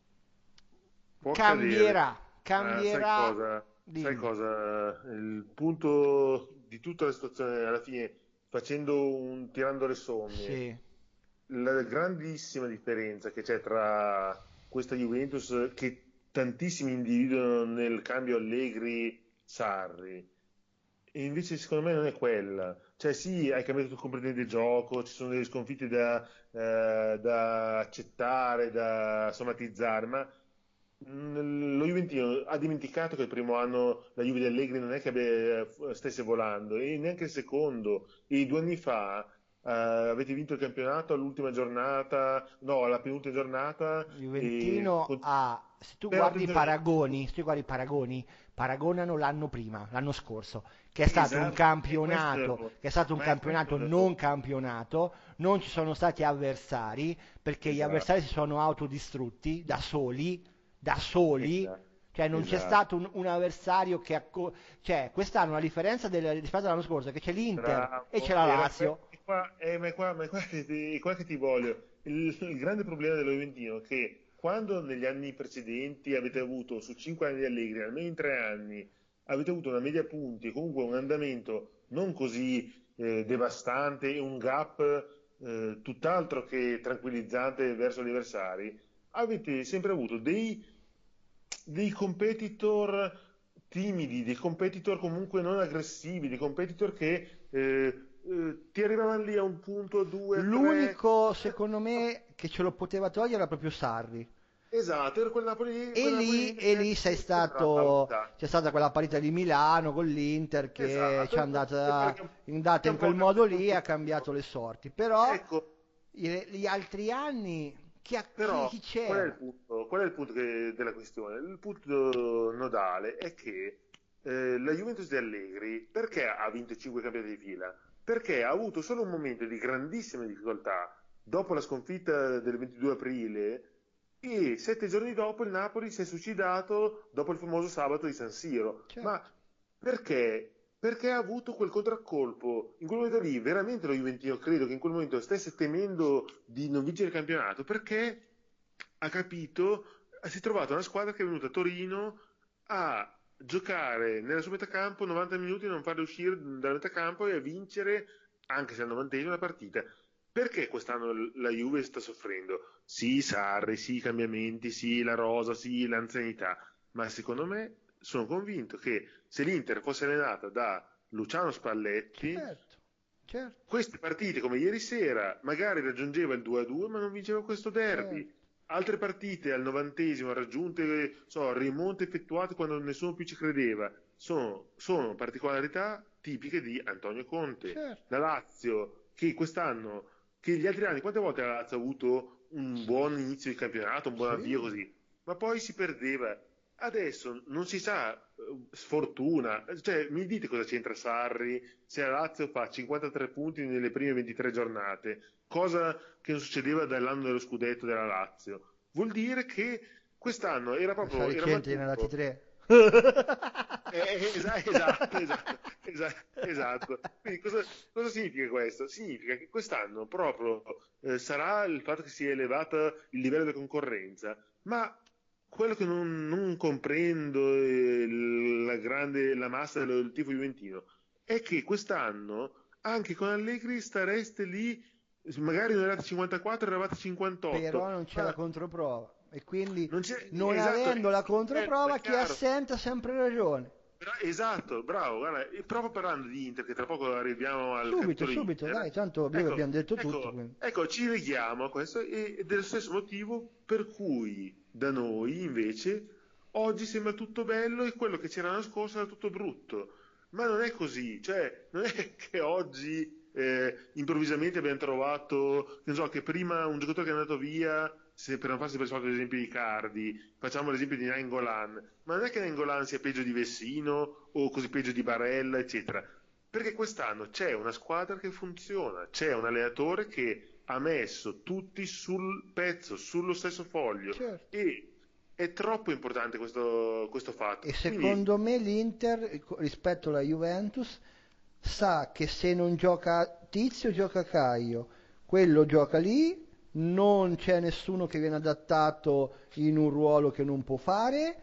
può accadere, cambierà, ma sai cambierà, cosa? Sai dimmi. cosa? Il punto di tutta la situazione, alla fine, facendo un, tirando le somme, Sì, la grandissima differenza che c'è tra questa Juventus che tantissimi individuano nel cambio Allegri-Sarri e invece secondo me non è quella. Cioè sì, hai cambiato completamente il gioco, ci sono delle sconfitte da, eh, da accettare, da somatizzare, ma mm, lo Juventino ha dimenticato che il primo anno la Juve di Allegri non è che abbia- stesse volando e neanche il secondo. E due anni fa eh, avete vinto il campionato all'ultima giornata, no, alla penultima giornata, e Juventino con- ha, se tu per otto guardi i giornate. paragoni, se tu guardi i paragoni, paragonano l'anno prima, l'anno scorso, che è stato un Esatto, e questo è campionato, l'errore. che è stato un Ma è questo campionato l'errore. non campionato, non ci sono stati avversari, perché gli avversari Esatto, si sono autodistrutti da soli, da soli, esatto, cioè non c'è esatto. stato un, un avversario che... acco- cioè quest'anno la differenza del, rispetto all'anno scorso è che c'è l'Inter e c'è Bravo, la era que- Lazio. è qua, eh, ma è qua, ma è qua che ti, è qua che ti voglio. Il, il grande problema dello Juventino è che quando negli anni precedenti avete avuto su cinque anni di Allegri, almeno in tre anni, avete avuto una media punti, comunque un andamento non così eh, devastante e un gap eh, tutt'altro che tranquillizzante verso gli avversari, avete sempre avuto dei, dei competitor timidi, dei competitor comunque non aggressivi, dei competitor che eh, eh, ti arrivavano lì a un punto, a due, a tre. L'unico, secondo me, che ce lo poteva togliere era proprio Sarri. Esatto, era quel Napoli lì, E quel Napoli lì lì, in e lì effetti sei sembrava stato, pronta. c'è stata quella partita di Milano con l'Inter che ci è Esatto, e andata perché, andata che in un po' quel ha modo cambiato lì e il ha cambiato tutto. le sorti. Però Ecco, i- gli altri anni, chi, ha- chi- però chi qual è il c'era? punto, qual è il punto che- della questione? Il punto nodale è che eh, la Juventus di Allegri, perché ha vinto cinque campionati di fila? Perché ha avuto solo un momento di grandissima difficoltà dopo la sconfitta del ventidue aprile e sette giorni dopo il Napoli si è suicidato dopo il famoso sabato di San Siro. Ma Certo, perché? Perché ha avuto quel contraccolpo. In quel momento lì, veramente lo Juventino credo che in quel momento stesse temendo di non vincere il campionato perché ha capito, si è trovato una squadra che è venuta a Torino a giocare nella sua metacampo novanta minuti, non farle uscire dalla metacampo e a vincere, anche se al novantesimo, la partita. Perché quest'anno la Juve sta soffrendo? Sì, Sarri, sì, i cambiamenti, sì, la rosa, sì, l'anzianità, ma secondo me sono convinto che se l'Inter fosse allenata da Luciano Spalletti, certo, certo, queste partite come ieri sera magari raggiungeva il due a due ma non vinceva questo certo. derby. Altre partite al novantesimo raggiunte, so, rimonte effettuate quando nessuno più ci credeva, sono, sono particolarità tipiche di Antonio Conte. Certo, La Lazio, che quest'anno, che gli altri anni, quante volte la Lazio ha avuto un buon inizio di campionato, un buon avvio sì, così, ma poi si perdeva. Adesso non si sa, eh, sfortuna, cioè mi dite cosa c'entra Sarri se la Lazio fa cinquantatré punti nelle prime ventitré giornate, cosa che non succedeva dall'anno dello scudetto della Lazio. Vuol dire che quest'anno era questa proprio era recente ne ha dati maturo. tre. Eh, eh, esa- esatto, esatto, esa- esatto. Quindi cosa, cosa significa questo? Significa che quest'anno proprio eh, sarà il fatto che si è elevato il livello di concorrenza, ma quello che non, non comprendo eh, la grande, la massa del tifo juventino è che quest'anno anche con Allegri stareste lì, magari non eravate cinquantaquattro, eravate Però cinquantotto, non c'è la ma controprova e quindi non c'è, non esatto, avendo è, la è chiaro, è controprova chi è chiaro. assente ha sempre ragione. Bra- esatto, bravo, guarda, e proprio parlando di Inter, che tra poco arriviamo al Subito, capitolo subito, dai, Inter, tanto abbiamo ecco, abbiamo detto tutto, ecco, quindi. ecco, ci leghiamo a questo e- ed è lo stesso motivo per cui da noi invece oggi sembra tutto bello e quello che c'era l'anno scorso era tutto brutto. Ma non è così, cioè non è che oggi eh, improvvisamente abbiamo trovato, che non so, che prima un giocatore che è andato via, se per non farsi per solito l'esempio di Cardi, facciamo l'esempio di Nainggolan, ma non è che Nainggolan sia peggio di Vessino o così peggio di Barella, eccetera, perché quest'anno c'è una squadra che funziona, c'è un allenatore che ha messo tutti sul pezzo, sullo stesso foglio Certo. e è troppo importante questo, questo fatto. E Quindi, secondo me l'Inter rispetto alla Juventus sa che se non gioca Tizio gioca Caio, quello gioca lì, non c'è nessuno che viene adattato in un ruolo che non può fare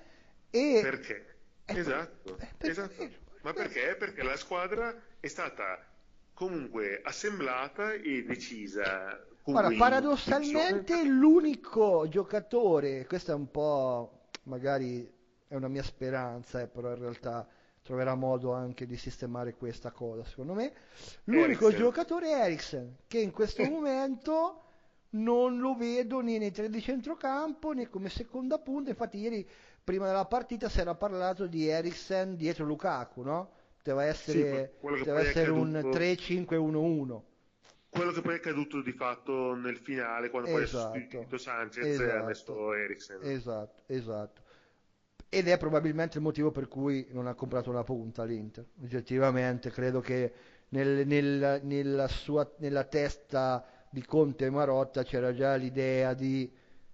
e perché? è per, Esatto, è per quello, esatto. per Ma quello. perché? Perché la squadra è stata comunque assemblata e decisa Guarda, comunque in divisione. paradossalmente l'unico giocatore, questa è un po', magari è una mia speranza, eh, però in realtà troverà modo anche di sistemare questa cosa, secondo me. L'unico Eriksen. giocatore è Eriksen, che in questo momento non lo vedo né nei tre di centrocampo né come seconda punta. Infatti ieri, prima della partita, si era parlato di Eriksen dietro Lukaku, no? Poteva Sì, que- essere, quello che poteva poi è essere un accaduto, tre cinque uno uno. quello che poi è accaduto di fatto nel finale, quando poi ha Esatto, sostituito Sanchez e ha esatto, messo Eriksen. esatto, esatto. Ed è probabilmente il motivo per cui non ha comprato una punta l'Inter. Oggettivamente, credo che nel- nel- nella sua, nella testa di Conte e Marotta c'era già l'idea di,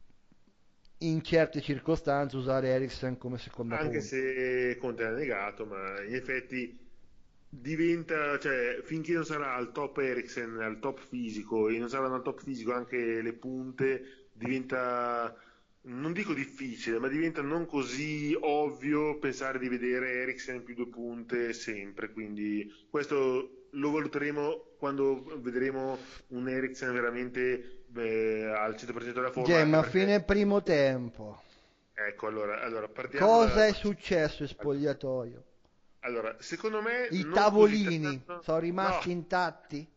in certe circostanze, usare Eriksen come seconda Anche punta. se Conte ha negato, ma in effetti diventa, cioè, finché non sarà al top Eriksen, al top fisico, e non saranno al top fisico anche le punte, diventa non dico difficile, ma diventa non così ovvio pensare di vedere Eriksen in più due punte sempre, quindi questo lo valuteremo quando vedremo un Eriksen veramente eh, al cento per cento della forma, Gemma, anche a fine perché, primo tempo. ecco, allora, allora partiamo da... Cosa è successo in spogliatoio? Allora, secondo me I non così tavolini tanto... sono No, rimasti intatti?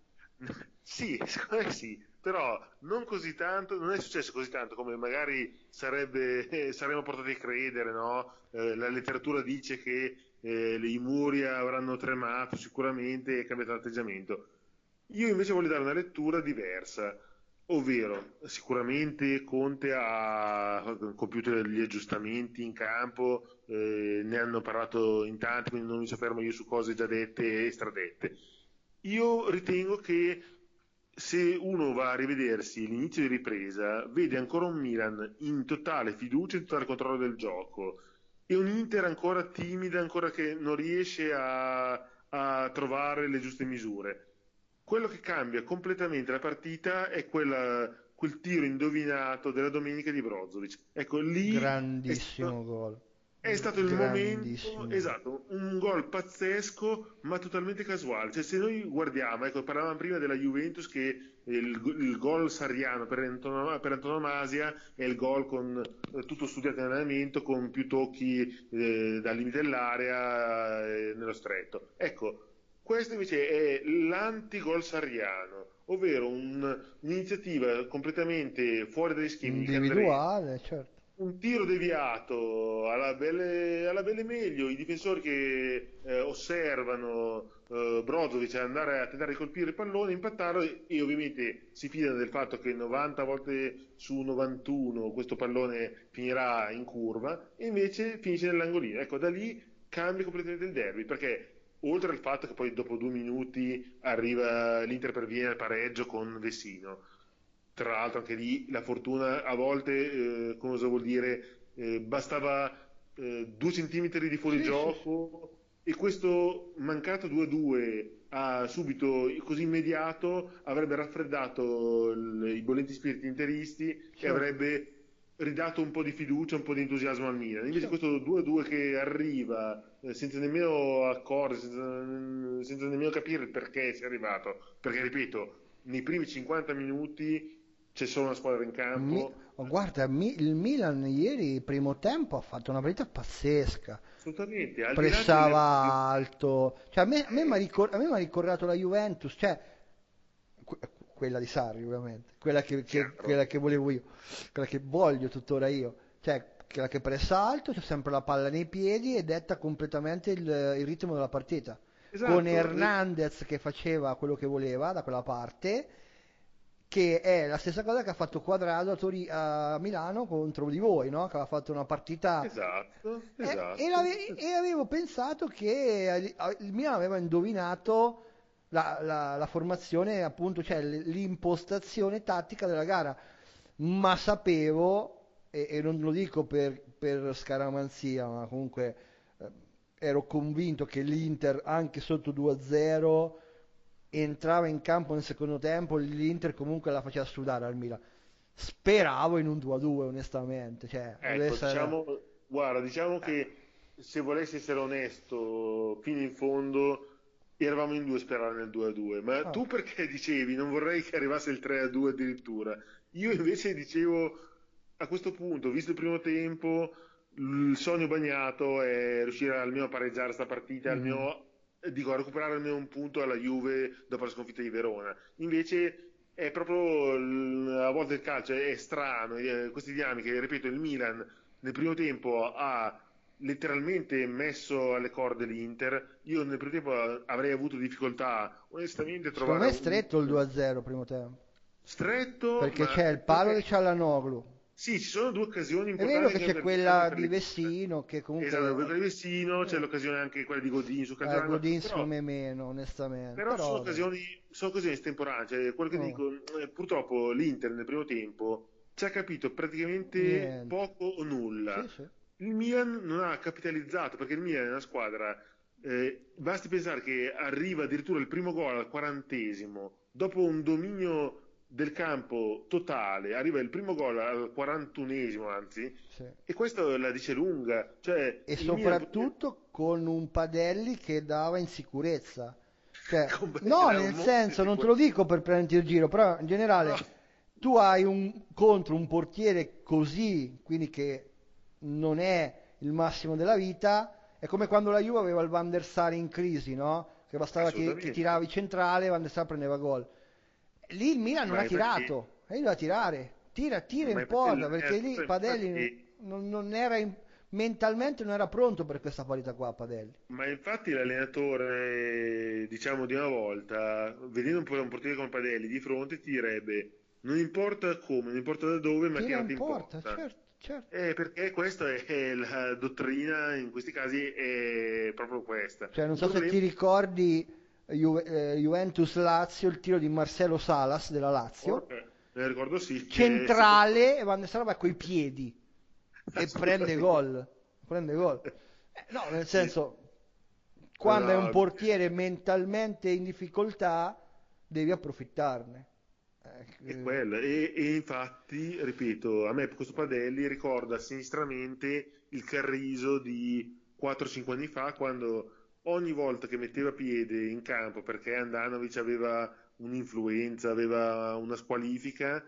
sì, secondo me sì, però non così tanto, non è successo così tanto come magari sarebbe, eh, saremmo portati a credere, no? Eh, la letteratura dice che eh, i muri avranno tremato sicuramente e cambiato atteggiamento. Io invece voglio dare una lettura diversa, ovvero sicuramente Conte ha compiuto gli aggiustamenti in campo, eh, ne hanno parlato in tanti, quindi non mi soffermo io su cose già dette e stradette. Io ritengo che se uno va a rivedersi l'inizio di ripresa, vede ancora un Milan in totale fiducia, in totale controllo del gioco e un Inter ancora timida, ancora che non riesce a, a trovare le giuste misure. Quello che cambia completamente la partita è quella- quel tiro indovinato della domenica di Brozovic. Ecco, lì è Grandissimo stato, gol. è stato il momento, Grandissimo gol. esatto, un gol pazzesco ma totalmente casuale. Cioè, se noi guardiamo, ecco, parlavamo prima della Juventus che il, il gol sarriano per, antonom- per antonomasia è il gol con eh, tutto studiato in allenamento, con più tocchi eh, dal limite dell'area eh, nello stretto. Ecco, questo invece è l'anti-gol sarriano, ovvero un- un'iniziativa completamente fuori dagli schemi di Candreva, Individuale, certo. un tiro deviato alla belle, alla belle meglio, i difensori che eh, osservano eh, Brozovic andare a tentare di colpire il pallone, impattarlo e, e ovviamente si fidano del fatto che novanta volte su novantuno questo pallone finirà in curva e invece finisce nell'angolino. Ecco, da lì cambia completamente il derby perché oltre al fatto che poi dopo due minuti arriva l'Inter perviene al pareggio con Vessino, tra l'altro anche lì la fortuna a volte, eh, cosa vuol dire, eh, bastava eh, due centimetri di Sì, sì, sì. fuorigioco e questo mancato due a due a subito così immediato avrebbe raffreddato il- i bollenti spiriti interisti e Certo, avrebbe ridato un po' di fiducia, un po' di entusiasmo al Milan. Invece certo. questo due a due che arriva eh, senza nemmeno accorgere, senza, senza nemmeno capire il perché sia arrivato, perché ripeto, nei primi cinquanta minuti c'è solo una squadra in Mi- campo, oh, guarda, Mi- il Milan ieri, primo tempo, ha fatto una partita pazzesca. assolutamente, al di là Pressava delle... alto. Cioè, a me, a me mi ha eh, ricor- a me mi ha ricordato la Juventus, cioè, que- quella di Sarri, ovviamente, quella che, che- chiaro, quella che volevo io, quella che voglio tuttora io. Cioè, quella che pressa alto, c'è sempre la palla nei piedi e detta completamente il, il ritmo della partita. Con esatto, eh, Hernandez che faceva quello che voleva da quella parte, che è la stessa cosa che ha fatto Quadrado a, Tori- a Milano contro di voi, no? Che aveva fatto una partita esatto, e, e esatto, l'ave- e avevo pensato che eh, il Milan aveva indovinato la, la- la formazione, appunto, cioè l- l'impostazione tattica della gara, ma sapevo, e, e non lo dico per, per scaramanzia, ma comunque eh, ero convinto che l'Inter, anche sotto due a zero, entrava in campo nel secondo tempo, l'Inter comunque la faceva sudare al Milan. Speravo in un due a due, onestamente, cioè, volevo ecco, essere... diciamo, guarda, diciamo che se volessi essere onesto fino in fondo, eravamo in due a sperare nel due a due, ma Ah, tu perché dicevi non vorrei che arrivasse il tre a due addirittura? Io invece dicevo a questo punto, visto il primo tempo, il sogno bagnato è riuscire almeno a pareggiare questa partita, mhm. almeno eh, dico, a recuperare almeno un punto alla Juve dopo la sconfitta di Verona. Invece è proprio il- a volte il calcio è strano, eh, queste dinamiche, ripeto, il Milan nel primo tempo ha letteralmente messo alle corde l'Inter, io nel primo tempo avrei avuto difficoltà onestamente a Secondo trovare me è un stretto il due a zero primo tempo, stretto, perché ma c'è il palo di perché Cialanoglu. sì, ci sono due occasioni È vero importanti che anche c'è per, anche quella per di l'Inter. Vessino, che Esatto, comunque... quella di Vessino, c'è eh, l'occasione anche quella di Godin sul calcio eh, d'angolo, Godin però secondo me meno, onestamente, però sono però vabbè. occasioni, sono occasioni estemporanee, cioè, quello che Oh, dico, eh, purtroppo l'Inter nel primo tempo ci ha capito praticamente niente. poco o nulla. Sì, sì. Il Milan non ha capitalizzato perché il Milan è una squadra, eh, basti pensare che arriva addirittura il primo gol al quarantesimo, dopo un dominio del campo totale, arriva il primo gol al quarantunesimo, anzi, sì. e questo la dice lunga, cioè E il Milan poteva- soprattutto con un Padelli che dava insicurezza. Cioè, con no, Basilea un nel molto di senso, non te lo sicurezza. dico per prenderti il giro, però in No, generale tu hai un contro un portiere così, quindi che non è il massimo della vita, è come quando la Juve aveva il Van der Sar in crisi, no? Che bastava che, che assolutamente, tiravi centrale, Van der Sar prendeva gol. Lì il Milan non ha ma infatti, tirato, e lui doveva tirare, tira, tira ma in infatti porta, perché lì l'allenatore, Padelli infatti, non, non era in- mentalmente non era pronto per questa partita qua, Padelli. ma infatti l'allenatore, diciamo di una volta, vedendo un po' un portiere come Padelli di fronte, ti direbbe, non importa come, non importa da dove, ma Tira in tirate in porta, porta. certo, certo. Eh, perché questa è la dottrina, in questi casi è proprio questa. Cioè, non Il so se problema ti ricordi Juve- eh, Juventus-Lazio, il tiro di Marcelo Salas della Lazio, porca, me ne ricordo sì, che secondo centrale, e Van der Sar va coi piedi e prende assolutamente gol. Prende gol. Eh, no, nel sì. senso, No, quando è un no, portiere mentalmente in difficoltà, devi approfittarne. è Eh, quello. E, e infatti, ripeto, a me questo Padelli ricorda sinistramente il Carriso di quattro cinque anni fa, quando ogni volta che metteva piede in campo perché Andanovic aveva un'influenza, aveva una squalifica,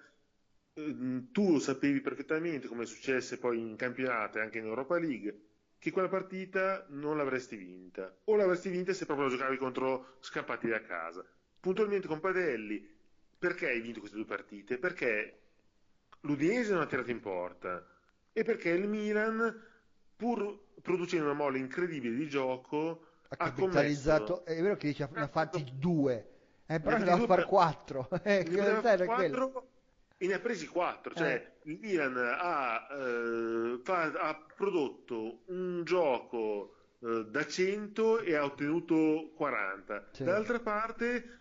ehm, tu sapevi perfettamente, come successe poi in campionato e anche in Europa League, che quella partita non l'avresti vinta. O l'avresti vinta se proprio la giocavi contro scappati da casa. Puntualmente con Padelli, perché hai vinto queste due partite? Perché l'Udinese non ha tirato in porta e perché il Milan, pur producendo una mole incredibile di gioco, ha ha commesso, capitalizzato, è vero che dice ne ha ha fatti fatto- due, eh, ne però ha ne fatti doveva due, far per- quattro. Eh, ne che poteva fare era quello. quattro e ne ha presi quattro. Eh, Cioè, il Milan ha, eh, fa- ha prodotto un gioco eh, da cento e ha ottenuto quaranta. sì, Dall'altra parte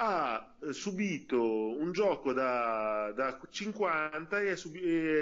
ha eh, subito un gioco da, da cinquanta e ha, subi-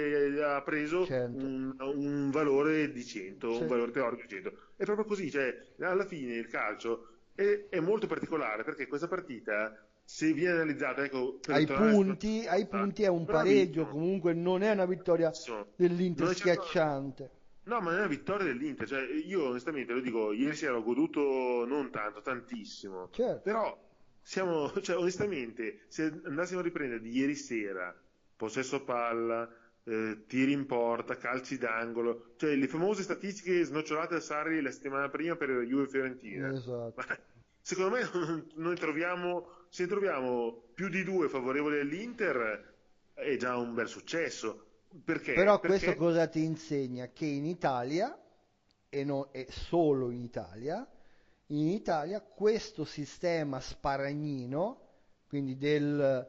e ha preso cento. un, un valore di cento, un Sì. valore teorico di cento. È proprio così, cioè, alla fine il calcio è, è molto particolare perché questa partita, se viene analizzata, ecco, per Ai tornare sulla punti, ai risposta, punti è un pareggio, bravissimo, comunque non è una vittoria bravissimo. dell'Inter Non è certo, schiacciante. no, ma è una vittoria dell'Inter, cioè, io onestamente lo dico, ieri sera ho goduto non tanto, tantissimo, Certo. però siamo, cioè, onestamente, se andassimo a riprendere di ieri sera, possesso palla, eh, tiri in porta, calci d'angolo, cioè le famose statistiche snocciolate da Sarri la settimana prima per Juve e Fiorentina, ma Esatto. secondo me non- noi troviamo, se troviamo più di due favorevoli all'Inter è già un bel successo. Perché? Però questo Perché cosa ti insegna? Che in Italia, e, non, e solo in Italia, in Italia questo sistema sparagnino, quindi del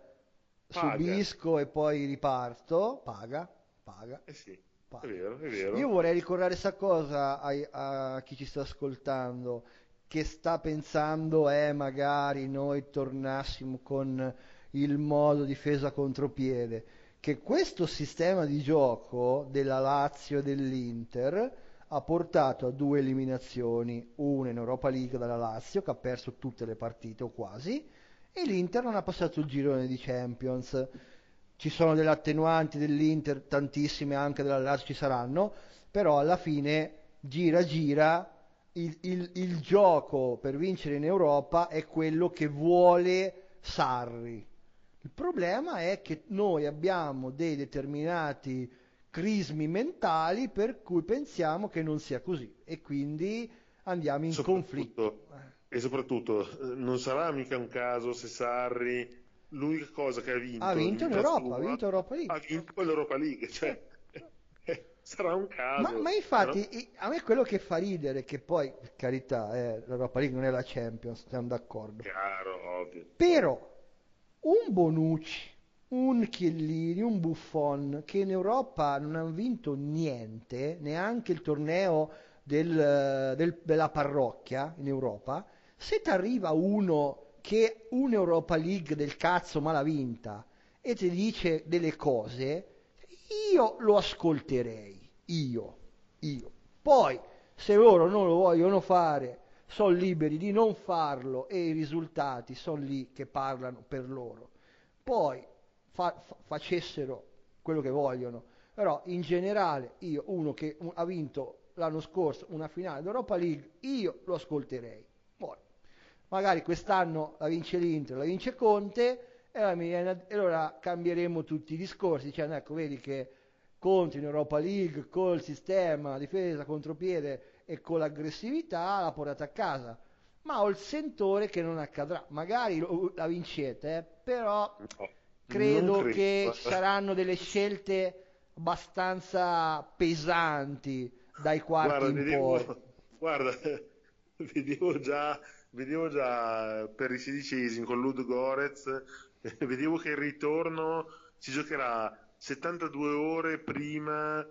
paga. subisco e poi riparto, paga, paga, Eh sì, è paga. vero, è Io vero. vorrei ricordare questa cosa ai- a, chi ci sta ascoltando, che sta pensando, eh, magari noi tornassimo con il modo difesa contropiede, che questo sistema di gioco della Lazio e dell'Inter ha portato a due eliminazioni, una in Europa League dalla Lazio che ha perso tutte le partite o quasi, e l'Inter non ha passato il girone di Champions. Ci sono delle attenuanti dell'Inter, tantissime anche della Lazio ci saranno, però alla fine gira gira, il, il- il gioco per vincere in Europa è quello che vuole Sarri. Il problema è che noi abbiamo dei determinati crismi mentali per cui pensiamo che non sia così e quindi andiamo in conflitto. Soprattutto, e soprattutto, eh, non sarà mica un caso se Sarri l'unica cosa che ha Ha vinto in vinto in vita Europa, ha sua vinto Europa League. ha vinto l'Europa League, cioè Certo. sarà un Ma, ma caso, no? infatti i- a me quello che fa ridere, che poi, per carità, eh, l'Europa League non è la Champions, siamo d'accordo, Chiaro, ovvio, però ovvio. un Bonucci, un Chiellini, un Buffon che in Europa non hanno vinto niente, neanche il torneo del- del- della parrocchia in Europa, se ti arriva uno che un'Europa League del cazzo ma l'ha vinta e ti dice delle cose, io lo ascolterei, io, io. Poi, se loro non lo vogliono fare, sono liberi di non farlo e i risultati sono lì che parlano per loro. Poi fa- fa- facessero quello che vogliono. Però in generale io, uno che un- ha vinto l'anno scorso una finale d'Europa League, io lo ascolterei. Poi, magari quest'anno la vince l'Inter, la vince Conte, e allora, mi viene- e allora cambieremo tutti i discorsi, dicendo ecco, vedi che Conte in Europa League col sistema difesa, contropiede e con l'aggressività l'ha portata a casa. Ma ho il sentore che non accadrà. Magari lo- la vincete, eh, però No, non credo credo. che ci Guarda. saranno delle scelte abbastanza pesanti dai quarti Guarda, in poi. vedevo, guarda, vedevo già, vedevo già per i sedicesimi con Ludogorets, eh, vedevo che il ritorno si giocherà settantadue ore prima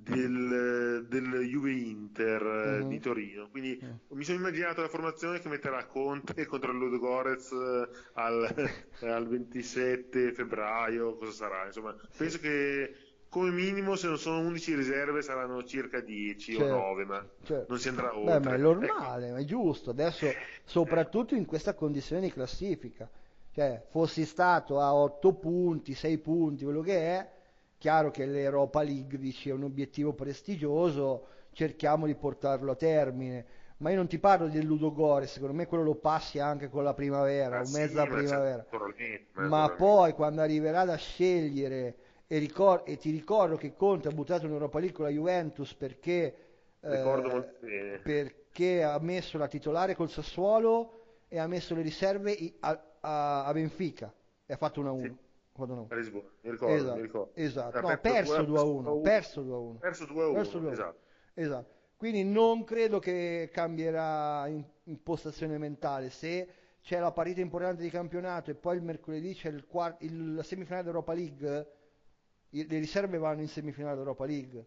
del, del Juve Inter eh, di Mhm. Torino. Quindi Mm. mi sono immaginato la formazione che metterà Conte contro il Ludogorets eh, al, al ventisette febbraio, cosa sarà? Insomma, Sì, penso che come minimo, se non sono undici riserve, saranno circa dieci o certo, nove, ma certo. non si andrà Beh, ma è oltre. Ecco, normale, ma è giusto. Adesso, eh, soprattutto in questa condizione di classifica. Cioè, fossi stato a otto punti, sei punti, quello che è, chiaro che l'Europa League dici, è un obiettivo prestigioso, cerchiamo di portarlo a termine. Ma io non ti parlo del Ludogorets, secondo me quello lo passi anche con la primavera ma o sì, mezza ma c'è- primavera. naturalmente, ma Ma naturalmente. poi quando arriverà da scegliere, e, ricor- e ti ricordo che Conte ha buttato in Europa League con la Juventus perché, Ricordo eh, molto bene. perché ha messo la titolare col Sassuolo e ha messo le riserve i- a, a- a Benfica e ha fatto Sì, uno a uno. Ha fatto a uno. Lisbona, mi ricordo, mi Esatto, ricordo. esatto. Ha No, ha perso due perso ha due a perso uno, due a ha uno, perso due a uno. perso due a Perso uno, due a uno. esatto. Esatto. Quindi non credo che cambierà in- impostazione mentale. Se c'è la partita importante di campionato e poi il mercoledì c'è il quart- il- la semifinale d'Europa League, i- le riserve vanno in semifinale d'Europa League.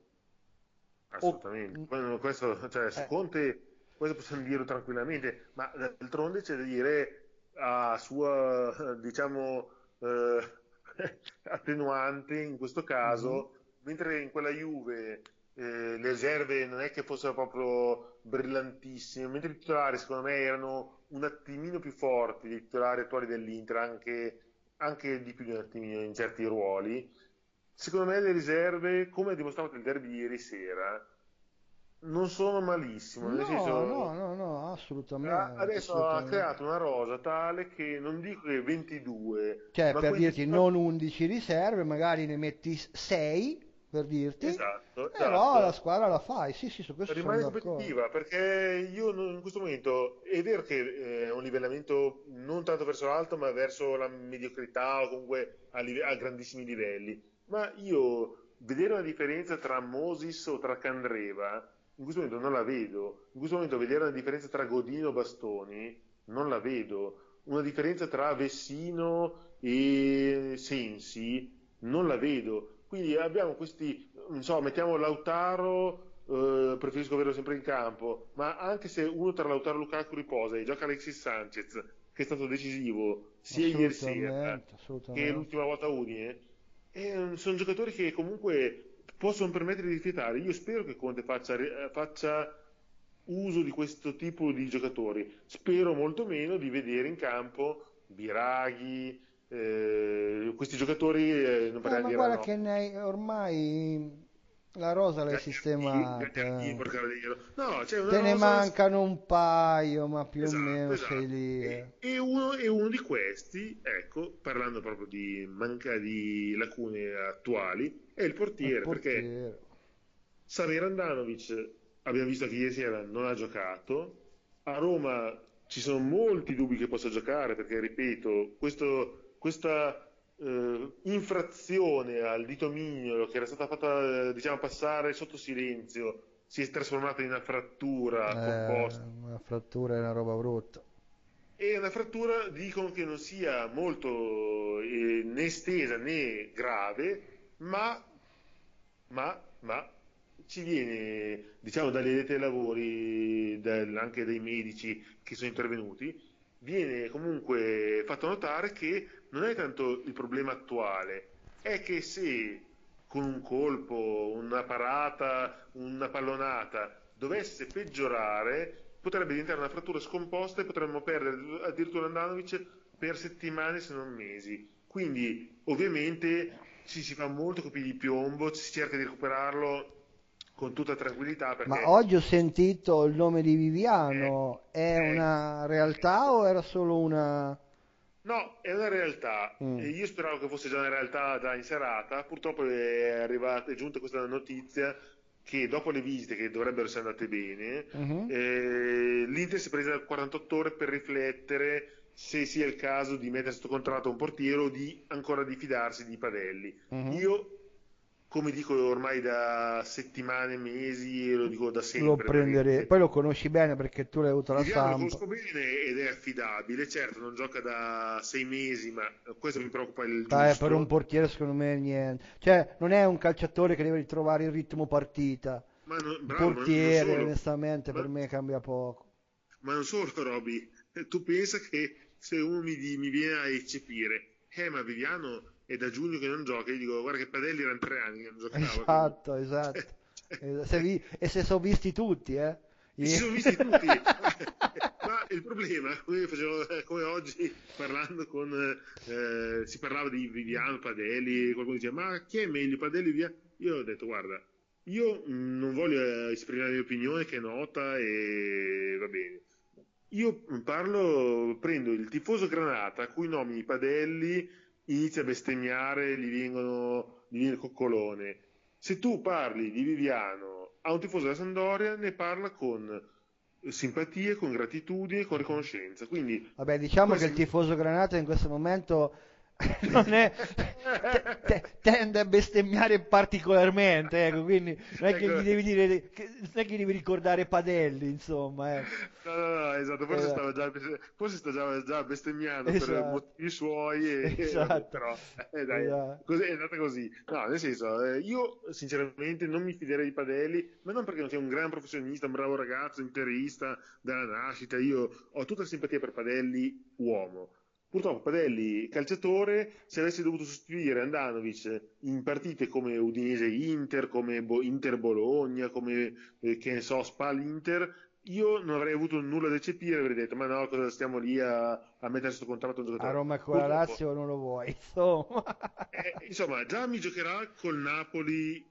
O- Assolutamente. Poi no, questo, cioè, su eh, Conte, questo possiamo dirlo tranquillamente, ma d'altronde c'è da dire a sua, eh, diciamo, eh, attenuante in questo mhm, caso, mentre in quella Juve eh, le riserve non è che fossero proprio brillantissime, mentre i titolari secondo me erano un attimino più forti dei titolari attuali dell'Inter, anche, anche di più di un attimino in certi ruoli. Secondo me le riserve, come ha dimostrato il derby di ieri sera, non sono malissimo, nel no, no, senso no, no, ha- assolutamente, adesso ha assolutamente. creato una rosa tale che non dico che ventidue, Cioè, ma per quei dirti, giocatori. non undici riserve, magari ne metti sei, per dirti, Esatto, però la esatto. squadra la fai. Sì, sì, su questo sono Rimane d'accordo. competitiva perché io non- in questo momento è vero che eh, è un livellamento non tanto verso l'alto, ma verso la mediocrità o comunque a, live- a grandissimi livelli. Ma io vedere una differenza tra Moses o tra Candreva in questo momento non la vedo. In questo momento vedere una differenza tra Godino e Bastoni non la vedo. Una differenza tra Vessino e Sensi non la vedo. Quindi abbiamo questi, non so, mettiamo Lautaro eh, preferisco averlo sempre in campo, ma anche se uno tra Lautaro e Lukaku riposa e gioca Alexis Sanchez, che è stato decisivo sia ieri sera Assolutamente, che assolutamente. l'ultima volta a Udine, eh, sono giocatori che comunque possono permettere di rifiutare. Io spero che Conte faccia, eh, faccia uso di questo tipo di giocatori. Spero molto meno di vedere in campo Biraghi, eh, questi giocatori, eh, non Eh, parliamo ma di guarda che Ranocchi. ne hai, ormai la rosa l'hai Gagliardini, Gagliardini, sistemata. porca vero. No, c'è una Te ne rosa. mancano un paio, ma più o Esatto, meno sei esatto. lì. Eh. E, e uno, e uno di questi, ecco, parlando proprio di manca di lacune attuali, è il Il portiere, perché portiere. Samir Handanovic abbiamo visto che ieri sera non ha giocato. A Roma ci sono molti dubbi che possa giocare, perché ripeto, questo- questa eh, infrazione al dito mignolo che era stata fatta, eh, diciamo, passare sotto silenzio, si è trasformata in una frattura Eh, composta. una frattura è una roba brutta. E una frattura dicono che non sia molto eh, né estesa né grave, ma, ma, ma ci viene, diciamo, dagli addetti ai lavori, dal- anche dai medici che sono intervenuti, viene comunque fatto notare che non è tanto il problema attuale, è che se con un colpo, una parata, una pallonata dovesse peggiorare, potrebbe diventare una frattura scomposta e potremmo perdere addirittura Andanovic per settimane se non mesi. Quindi ovviamente ci si fa molto colpi di piombo, si cerca di recuperarlo con tutta tranquillità Ma perché oggi ho sentito il nome di è, Viviano, è è- una è- realtà o era solo una... no, è una realtà. E Mm, io speravo che fosse già una realtà già in serata, purtroppo è arrivata, è giunta questa notizia che dopo le visite che dovrebbero essere andate bene, mhm, eh, l'Inter si è presa quarantotto ore per riflettere se sia il caso di mettere sotto contratto un portiere o di ancora di fidarsi di Padelli. mhm. Io, come dico ormai da settimane, mesi, e lo dico da Lo sempre, prenderei. perché Poi lo conosci bene perché tu l'hai avuto alla Viviano lo Samp. conosco bene ed è affidabile, certo non gioca da sei mesi, ma questo mi preoccupa il Dai, per un giusto. portiere secondo me niente. Cioè, non è un calciatore che deve ritrovare il ritmo partita. Ma no- Un bravo, ma non portiere, solo, onestamente, ma, per me cambia poco. ma non solo, Roby. Tu pensa che se uno mi, di- mi viene a eccepire, eh, ma Viviano è da giugno che non gioca, io dico, guarda che Padelli erano tre anni che non giocava, quindi... Esatto, cioè, esatto. cioè, Eh, se vi- E se sono visti tutti, eh? E si I- sono visti tutti, ma il problema, come, facevo, come oggi parlando con, eh, si parlava di Viviano, Padelli, qualcuno diceva, ma chi è meglio, Padelli o Viviano? Io ho detto, guarda, io mh, non voglio eh, esprimere la mia opinione che è nota e va bene. Io parlo, prendo il tifoso Granata, a cui nomini Padelli, inizia a bestemmiare, gli vengono, gli viene il coccolone. Se tu parli di Viviano a un tifoso della Sampdoria, ne parla con simpatia, con gratitudine, con riconoscenza. Quindi, Vabbè, diciamo che il quasi... tifoso Granata in questo momento non è, te- te- tende a bestemmiare particolarmente, ecco, quindi non è che ecco, gli devi dire, che- non è che gli devi ricordare Padelli, insomma, ecco. no, no, no, esatto, forse Esatto, stava già, forse sta già, già bestemmiando per esatto, motivi suoi e, e vabbè, esatto, però eh, dai, esatto. così, è andata così. No, nel senso, eh, io sinceramente non mi fiderei di Padelli, ma non perché non sia un gran professionista, un bravo ragazzo, interista dalla nascita, io ho tutta simpatia per Padelli, uomo. Purtroppo Padelli, calciatore, se avesse dovuto sostituire Andanovic in partite come Udinese-Inter, come Bo- Inter-Bologna, come eh, che ne so, Spal-Inter, io non avrei avuto nulla da eccepire, avrei detto, ma no, cosa stiamo lì a, a mettere sotto contratto un A giocatore? Roma con la Purtroppo, Lazio non lo vuoi, insomma, eh, insomma, già mi giocherà col Napoli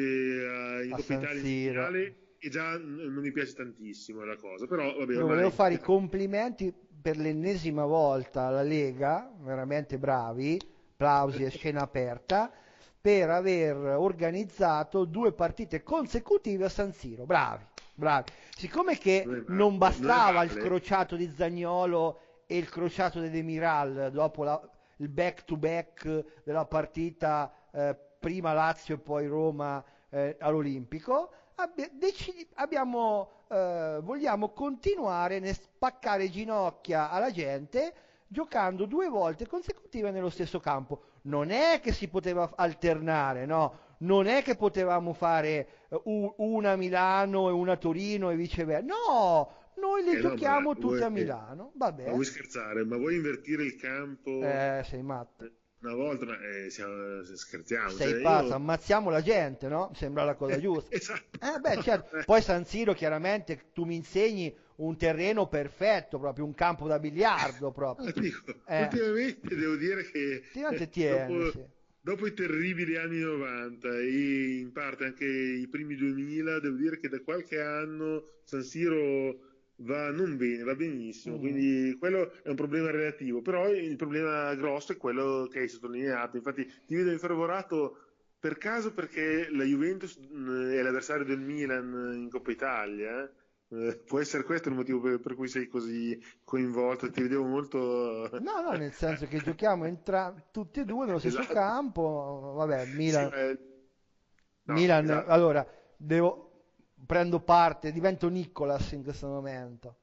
eh, in a Coppa San Italia in Siro. semifinale e già n- non mi piace tantissimo la cosa, però vabbè, Io volevo ormai... fare i complimenti per l'ennesima volta alla Lega, veramente bravi, applausi e scena aperta, per aver organizzato due partite consecutive a San Siro. Bravi, bravi. Siccome non è che non male, non è bastava il male. crociato di Zaniolo e il crociato di Demiral dopo la- il back to back della partita eh, prima Lazio e poi Roma eh, all'Olimpico, abbia- decidi- abbiamo, eh, vogliamo continuare nel spaccare ginocchia alla gente giocando due volte consecutive nello stesso campo. Non è che si poteva alternare, no? Non è che potevamo fare eh, u- una a Milano e una a Torino e viceversa. No, noi le Eh no, ma giochiamo tutte vuoi, a Milano. ma Vabbè, vuoi scherzare? Ma vuoi invertire il campo eh, sei matto. eh, una volta? Ma eh, siamo- scherziamo, Sei cioè pazzo, io... ammazziamo la gente, no? Sembra la cosa eh, giusta. esatto. Eh beh, certo. Poi San Siro, chiaramente, tu mi insegni un terreno perfetto, proprio un campo da biliardo, proprio. Ah, ti dico, Eh, ultimamente devo dire che ultimamente eh, tiene, dopo, sì. dopo i terribili anni novanta e in parte anche i primi duemila, devo dire che da qualche anno San Siro va non bene, va benissimo, Mhm. quindi quello è un problema relativo, però il problema grosso è quello che hai sottolineato, infatti ti vedo infervorato per caso perché la Juventus mh, è l'avversario del Milan in Coppa Italia, eh? Eh, può essere questo il motivo per, per cui sei così coinvolto, ti vedevo molto... No, no, nel senso che giochiamo entra- tutti e due nello stesso Esatto. campo. Vabbè, Sì, Milan, ma è- no, Milan, esatto. allora, devo, prendo parte, divento Nicolas in questo momento.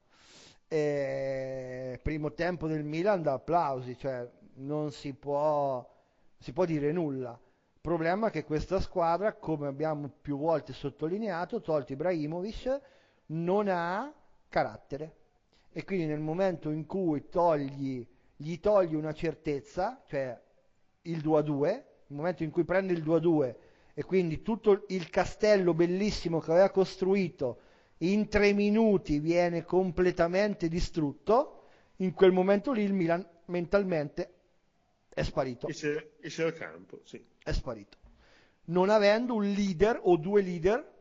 E primo tempo del Milan da applausi, cioè non si può, si può dire nulla. Il problema è che questa squadra, come abbiamo più volte sottolineato, tolto Ibrahimovic, non ha carattere. E quindi nel momento in cui togli, gli togli una certezza, cioè il due a due, nel momento in cui prende il due a due e quindi tutto il castello bellissimo che aveva costruito in tre minuti viene completamente distrutto, in quel momento lì il Milan mentalmente è sparito, esce, esce dal campo, sì. è sparito. Non avendo un leader o due leader,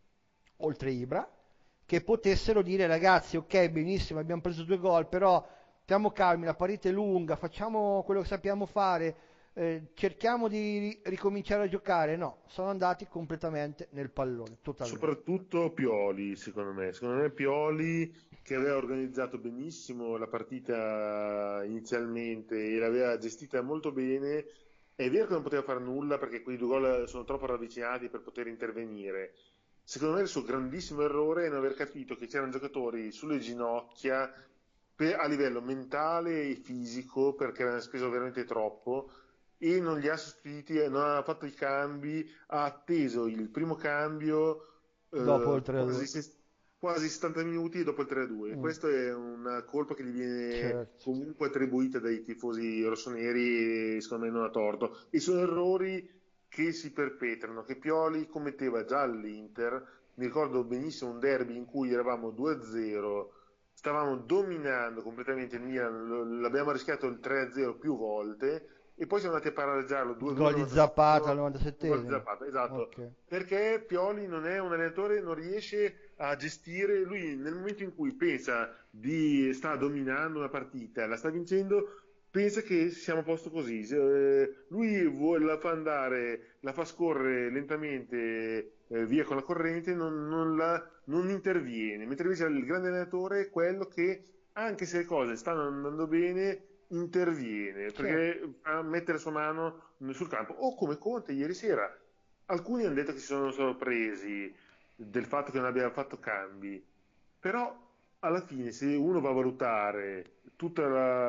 oltre Ibra, che potessero dire ragazzi, ok, benissimo, abbiamo preso due gol, però stiamo calmi, la partita è lunga, facciamo quello che sappiamo fare, eh, cerchiamo di ri- ricominciare a giocare. No, sono andati completamente nel pallone, totalmente. Soprattutto Pioli, secondo me. Secondo me Pioli, che aveva organizzato benissimo la partita inizialmente e l'aveva gestita molto bene, è vero che non poteva fare nulla perché quei due gol sono troppo ravvicinati per poter intervenire. Secondo me il suo grandissimo errore è non aver capito che c'erano giocatori sulle ginocchia per- a livello mentale e fisico perché avevano speso veramente troppo e non li ha sostituiti, non ha fatto i cambi, ha atteso il primo cambio Dopo il eh, tre a due. quasi, ses- quasi settanta minuti dopo il tre a due. Mm, Questa è una colpa che gli viene certo. comunque attribuita dai tifosi rossoneri e secondo me non ha torto. E sono errori che si perpetrano, che Pioli commetteva già all'Inter. Mi ricordo benissimo un derby in cui eravamo due a zero, stavamo dominando completamente il Milan, lo- l'abbiamo rischiato il tre a zero più volte e poi siamo andati a pareggiarlo Il due a due al gol di Zapata al novantasettesimo, un gol di novantasettesimo. Zapata, esatto, Ok. perché Pioli non è un allenatore, non riesce a gestire, lui nel momento in cui pensa di sta dominando una partita, la sta vincendo, pensa che siamo a posto così. Eh, lui vuole, la fa andare, la fa scorrere lentamente eh, via con la corrente, non, non la, non interviene, mentre invece il grande allenatore è quello che, anche se le cose stanno andando bene, interviene, Sì. perché fa mettere la sua mano sul campo. O come Conte ieri sera, alcuni hanno detto che si sono sorpresi del fatto che non abbia fatto cambi, però alla fine se uno va a valutare tutto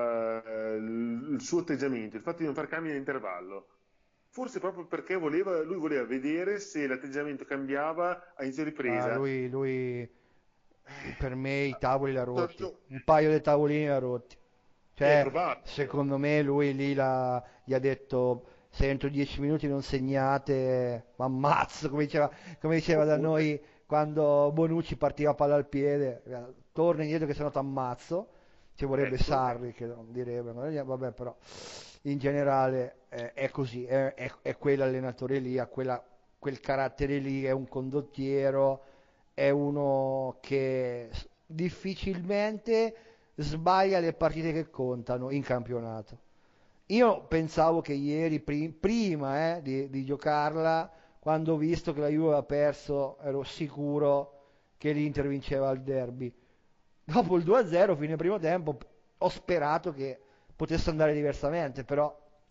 la- il suo atteggiamento, il fatto di non far cambi all'intervallo, forse proprio perché voleva, lui voleva vedere se l'atteggiamento cambiava a inizio Ah, ripresa. lui, lui, per me i tavoli li ha No, rotti. io- Un paio di tavolini li ha rotti. È Cioè, probabile. secondo me lui lì la- gli ha detto se entro dieci minuti non segnate, ma ammazzo, come diceva, come diceva da Oppure, noi quando Bonucci partiva palla al piede, eh, torna indietro che se no ti ammazzo. Ci vorrebbe ecco, Sarri che non direbbe, ma eh, vabbè, però in generale eh, è così, è, è, è quell'allenatore lì, ha quella- quel carattere lì, è un condottiero, è uno che s- difficilmente sbaglia le partite che contano in campionato. Io pensavo che ieri, pri- prima eh, di, di giocarla, quando ho visto che la Juve aveva perso, ero sicuro che l'Inter vinceva il derby. Dopo il due a zero, fine primo tempo, ho sperato che potesse andare diversamente, però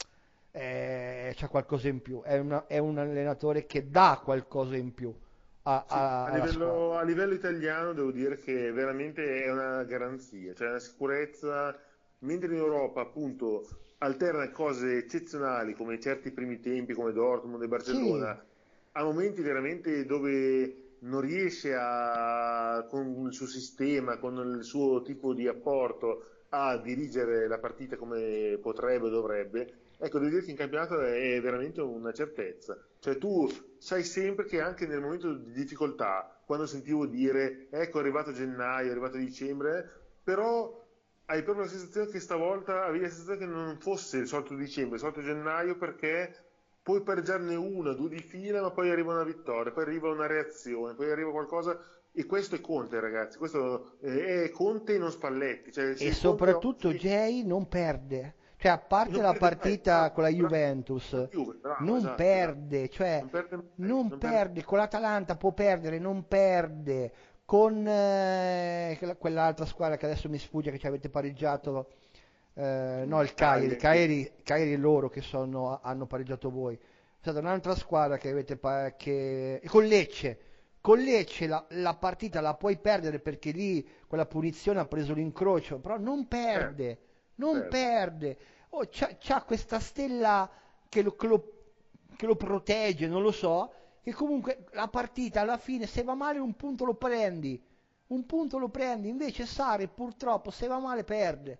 eh, c'è qualcosa in più. È, una- è un allenatore che dà qualcosa in più a- sì, a- a alla squadra. livello, a livello italiano devo dire che veramente è una garanzia, cioè una sicurezza, mentre in Europa appunto alterna cose eccezionali come certi primi tempi come Dortmund e Sì, Barcellona, a momenti veramente dove non riesce a, con il suo sistema, con il suo tipo di apporto a dirigere la partita come potrebbe o dovrebbe. Ecco, devo dire che in campionato è veramente una certezza. Cioè tu sai sempre che anche nel momento di difficoltà, quando sentivo dire ecco è arrivato gennaio, è arrivato dicembre, però hai proprio la sensazione che stavolta avevi la sensazione che non fosse il solito dicembre, il solito gennaio perché puoi pareggiarne una, due di fila, ma poi arriva una vittoria, poi arriva una reazione, poi arriva qualcosa e questo è Conte, ragazzi, questo eh, è Conte e non Spalletti, cioè e se Conte soprattutto oggi Jay non perde, cioè a parte non la perde mai, partita bravo, con la bravo, Juventus, la Juve, bravo, non esatto, esatto, perde, cioè non perde mai, non non perde perde, con l'Atalanta può perdere, non perde, con eh, quella- quell'altra squadra che adesso mi sfugge che ci avete pareggiato, eh, no il Cagliari, Cagliari, Cagliari, Cagliari è loro che sono- hanno pareggiato voi, è stata un'altra squadra che avete pa- che... con Lecce, con Lecce la, la partita la puoi perdere perché lì quella punizione ha preso l'incrocio, però non certo, perde, non certo. perde. Oh, c'ha, c'ha questa stella che lo, che lo- che lo protegge, non lo so, che comunque la partita alla fine se va male un punto lo prendi, un punto lo prendi, invece Sari purtroppo se va male perde.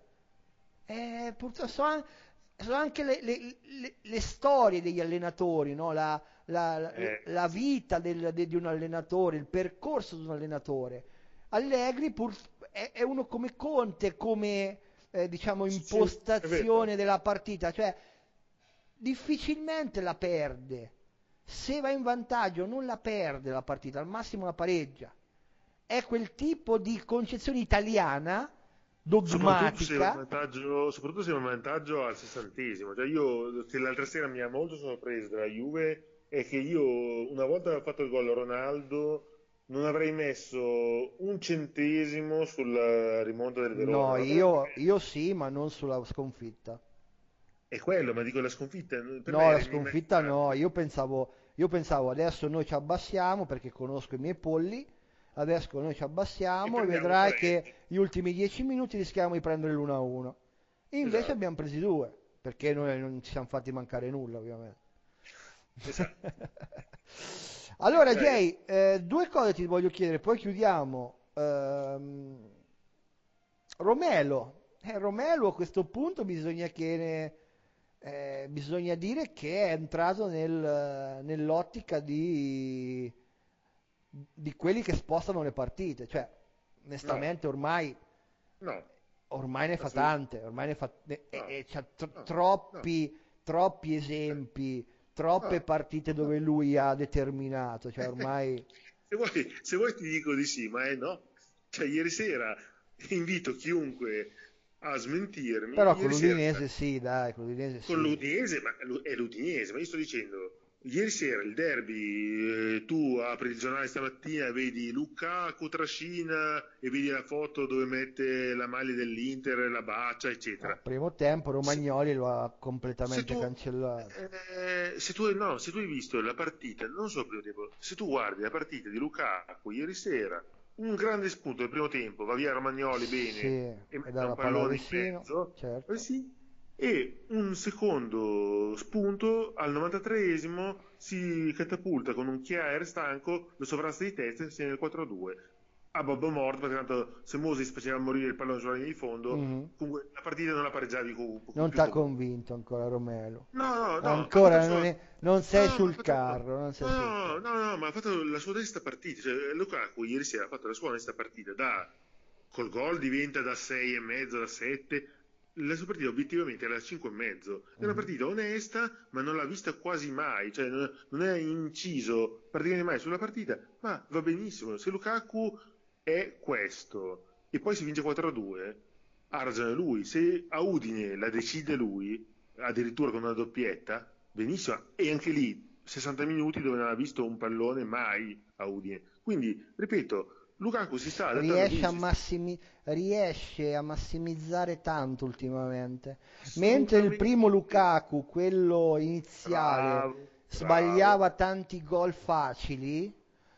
Eh, purtroppo sono, an- sono anche le, le- le- le storie degli allenatori, no? La, la- la- Eh, la sì. vita del- de- di un allenatore, il percorso di un allenatore. Allegri pur- è, è uno come Conte, come eh, diciamo Sì, sì, è vero. impostazione della partita, cioè difficilmente la perde. Se va in vantaggio non la perde la partita, al massimo la pareggia. È quel tipo di concezione italiana, Soprattutto se va in dogmatica. vantaggio, soprattutto se va in vantaggio al sessantesimo. Cioè io, che l'altra sera mi ha molto sorpreso della Juve, è che io, una volta che ha fatto il gol Ronaldo, non avrei messo un centesimo sulla rimonta del Verona. No, Ma proprio io, perché io sì, ma non sulla sconfitta. è quello, ma dico la sconfitta, per me No, la era sconfitta no, inimmaginabile. io pensavo, io pensavo adesso noi ci abbassiamo perché conosco i miei polli, adesso noi ci E abbassiamo e prendiamo un vedrai pareggio. che gli ultimi dieci minuti rischiamo di prendere l'uno a uno. Invece Esatto, abbiamo presi due, perché noi non ci siamo fatti mancare nulla, ovviamente. esatto. Allora, Dai, Jay, eh, due cose ti voglio chiedere, poi chiudiamo. Ehm, Romelo, eh, Romelo a questo punto bisogna che ne- eh, bisogna dire che è entrato nel- nell'ottica di, di quelli che spostano le partite, cioè no, onestamente ormai, no, ormai ne fa assolutamente tante, ormai ne fa, ne- e, no, e c'ha tr- no, no, troppi, troppi esempi, troppe no, partite no. dove lui ha determinato, cioè ormai... Se vuoi, se vuoi ti dico di sì, ma è no. Cioè, ieri sera invito chiunque a smentirmi. Però con Ieri sera l'Udinese sì, dai, con l'Udinese con sì. l'Udinese, ma l'U- è l'Udinese, ma io sto dicendo, ieri sera il derby, eh, tu apri il giornale stamattina e vedi Lukaku trascina e vedi la foto dove mette la maglia dell'Inter, la bacia, No, eccetera. primo tempo Se, Romagnoli lo ha se completamente tu, cancellato. eh, se tu, no, se tu hai visto la partita, non so il primo tempo, se tu guardi la partita di Lukaku ieri sera, un grande spunto del primo tempo, va via Romagnoli Sì, bene e e mette un dalla palla a pallone in Vecino, mezzo, eh certo. sì, e un secondo spunto al novantatreesimo si catapulta con un Kjaer stanco, lo sovrasta di testa e segna il quattro a due. A Bobbo morto, perché tanto se Moses faceva morire il pallone sulla linea di fondo, Mhm. comunque la partita non la pareggiavi co- co- Non più t'ha comunque. convinto ancora Romelo. No, no, no, ha fatto la Ancora non, sua. è- non sei No, ma ha sul fatto. carro, non sei sul No, carro. no, no, ma ha fatto la sua onesta partita. Cioè, Lukaku ieri sera ha fatto la sua onesta partita. Da, col gol diventa da sei e mezzo, da sette. La sua partita obiettivamente era da cinque e mezzo. È una Mhm. partita onesta, ma non l'ha vista quasi mai. Cioè, non, non è inciso praticamente mai sulla partita. Ma va benissimo. Se Lukaku è questo e poi si vince quattro a due, ha ragione lui. Se a Udine la decide lui, addirittura con una doppietta, benissimo. E anche lì sessanta minuti dove non ha visto un pallone mai a Udine. Quindi, ripeto, Lukaku si sta adattando Riesce a, benissimo. massimi- riesce a massimizzare tanto ultimamente. Mentre il Assolutamente primo sì. Lukaku, quello iniziale, Bravo, bravo, sbagliava tanti gol facili,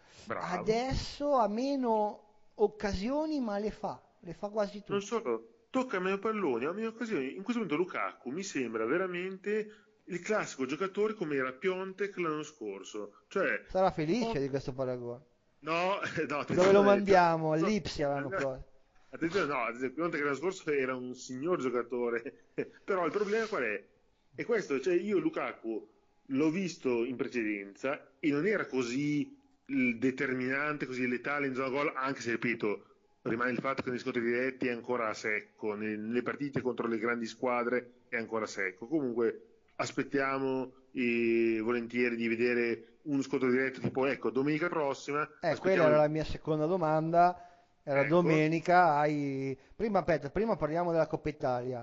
bravo. adesso ha meno occasioni, ma le fa, le fa quasi Non tutte. solo, tocca meno palloni, ha meno occasioni. In questo momento Lukaku mi sembra veramente il classico giocatore come era Piontek l'anno scorso. Cioè, Sarà felice oh, di questo paragone. no, no, Dove lo attenzione, Piontek mandiamo? l'anno All'Ipsia l'anno scorso- prossimo. attenzione, no, attenzione, Piontek l'anno scorso era un signor giocatore. Però il problema qual è? È questo, cioè io Lukaku l'ho visto in precedenza e non era così eh, determinante, così letale in zona gol, anche se, ripeto, rimane il fatto che negli scontri diretti è ancora a secco, nel- nelle partite contro le grandi squadre è ancora a secco. Comunque aspettiamo eh, volentieri di vedere uno scontro diretto, tipo ecco, domenica prossima, Eh, quella aspettiamo era il. la mia seconda domanda. Era Ecco, domenica. Hai... Prima, aspetta, prima parliamo della Coppa Italia.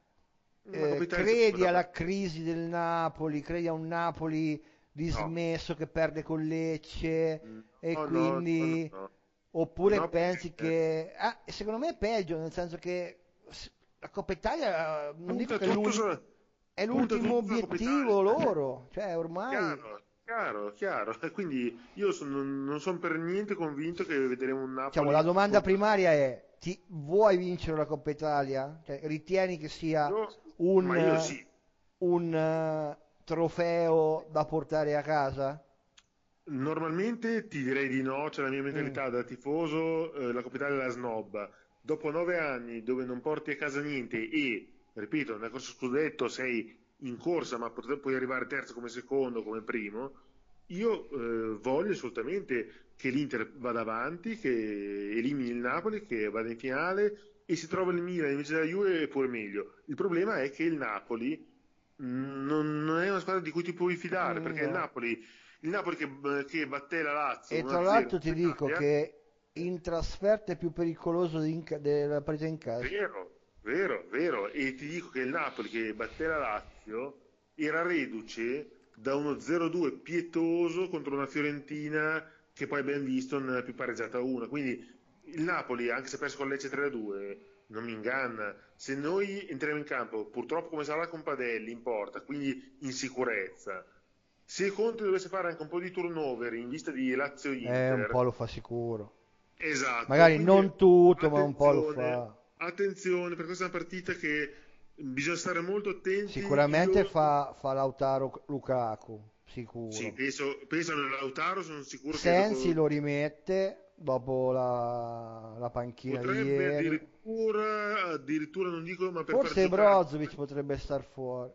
una Coppa Eh, Italia c'è poco credi da alla fare. crisi del Napoli? Credi a un Napoli No, dismesso che perde con Lecce e no, no, no, no, quindi... no. Oppure No, pensi perché che... Ah, secondo me è peggio, nel senso che s- la Coppa Italia, eh, non dico punta che è tutto l'uni- sulla, è punta l'ultimo tutto sulla Coppa Italia. obiettivo loro, cioè ormai... Chiaro, chiaro, chiaro. E quindi io son- non, non sono per niente convinto che vedremo un Diciamo, la Napoli domanda molto. primaria è, ti, vuoi vincere la Coppa Italia? Cioè, ritieni che sia Io, un, ma io eh, sì. un, eh, trofeo da portare a casa? Normalmente ti direi di no, c'è la mia Mm. mentalità da tifoso, eh, la Coppa Italia la snobba. Dopo nove anni dove non porti a casa niente e, ripeto, nel corso scudetto sei in corsa, ma pot- puoi arrivare terzo come secondo, come primo, io eh, voglio assolutamente che l'Inter vada avanti, che elimini il Napoli, che vada in finale e se trova il Milan invece della Juve è pure meglio. Il problema è che il Napoli non, non è una squadra di cui ti puoi fidare, Mm, perché il no. Napoli, il Napoli che, che batté la Lazio E tra uno a zero l'altro ti in dico Italia, che in trasferta è più pericoloso di in ca- della partita in casa. vero, vero, vero, e ti dico che il Napoli che batté la Lazio era reduce da uno zero due pietoso contro una Fiorentina che poi abbiamo visto non è più pareggiata a uno, quindi il Napoli, anche se ha perso con Lecce tre a due, non mi inganna. Se noi entriamo in campo, purtroppo come sarà con Padelli in porta, quindi in sicurezza, se Conte dovesse fare anche un po' di turnover in vista di Eh, un po' Lazio-Inter, lo fa sicuro. esatto, Magari quindi non tutto, ma un po' lo attenzione, fa. attenzione, per questa è una partita che bisogna stare molto attenti. Sicuramente Io fa, fa Lautaro Lukaku, sì, sicuro. penso, penso a Lautaro, sono sicuro che Sensi dopo lo rimette dopo la, la panchina di potrebbe ieri. addirittura, addirittura non dico, ma per far Forse giocare, Brozovic potrebbe star fuori.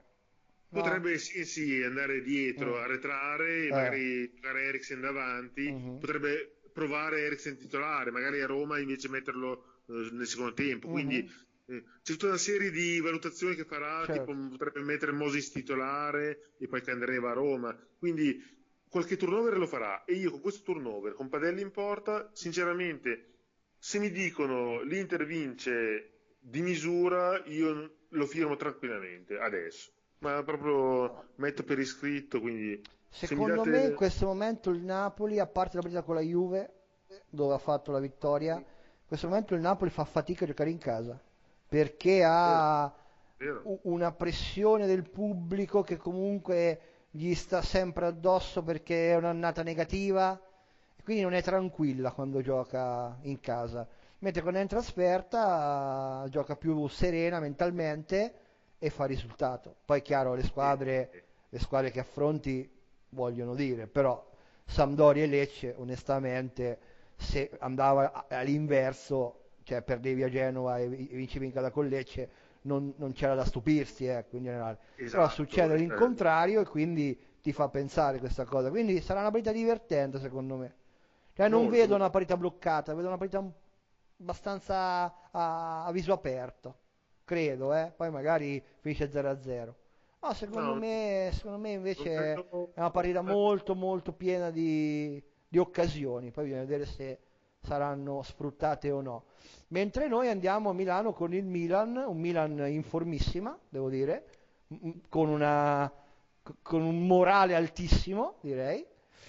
No? potrebbe sì, sì, andare dietro, Mm. arretrare e Eh. magari giocare Eriksen davanti, Mhm. potrebbe provare Eriksen titolare, magari a Roma invece metterlo eh, nel secondo tempo. Quindi Mhm. eh, c'è tutta una serie di valutazioni che farà, tipo Certo. potrebbe mettere Moses titolare e poi Candreva a Roma. Quindi qualche turnover lo farà e io con questo turnover, con Padelli in porta, sinceramente, se mi dicono l'Inter vince di misura, io lo firmo tranquillamente adesso, ma proprio metto per iscritto, quindi se mi Secondo me in date... questo momento il Napoli, a parte la partita con la Juve, dove ha fatto la vittoria, Mhm. in questo momento il Napoli fa fatica a giocare in casa, perché Vero, ha vero. u- una pressione del pubblico che comunque gli sta sempre addosso perché è un'annata negativa, e quindi non è tranquilla quando gioca in casa. Mentre quando è in trasferta eh, gioca più serena mentalmente e fa risultato. Poi è chiaro, le Eh, squadre, eh, le squadre che affronti vogliono dire, però Sampdoria e Lecce, onestamente, se andava a- all'inverso, cioè perdevi a Genova e vi- e vincevi in casa con Lecce, non, non c'era da stupirsi, ecco, in generale. Però esatto, succede eh, l'incontrario e quindi ti fa pensare questa cosa. Quindi sarà una partita divertente, secondo me. Cioè non molto, vedo molto. una partita bloccata, vedo una partita un- abbastanza a, a viso aperto, credo, eh? Poi magari finisce zero a zero. No, secondo No, me, secondo me non invece credo... è una partita molto molto piena di, di occasioni, poi bisogna vedere se saranno sfruttate o no. Mentre noi andiamo a Milano con il Milan, un Milan in formissima, devo dire, m- m- con una, con un morale altissimo, direi,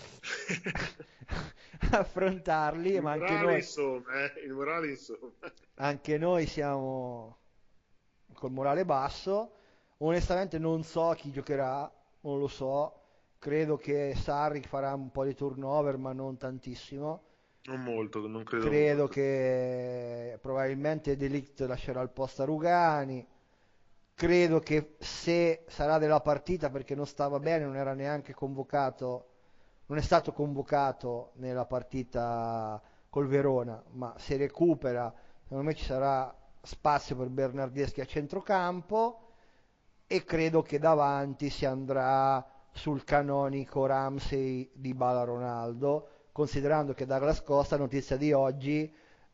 affrontarli, Il ma anche morale noi, insomma, eh, il morale insomma. anche noi siamo col morale basso. Onestamente non so chi giocherà, non lo so. Credo che Sarri farà un po' di turnover, ma non tantissimo. Non molto, non credo Credo molto. che probabilmente De Ligt lascerà il posto a Rugani. Credo che se sarà della partita perché non stava bene, non era neanche convocato, non è stato convocato nella partita col Verona, ma se recupera, secondo me ci sarà spazio per Bernardeschi a centrocampo e credo che davanti si andrà sul canonico Ramsey di Bala Ronaldo, considerando che Douglas Costa, notizia di oggi,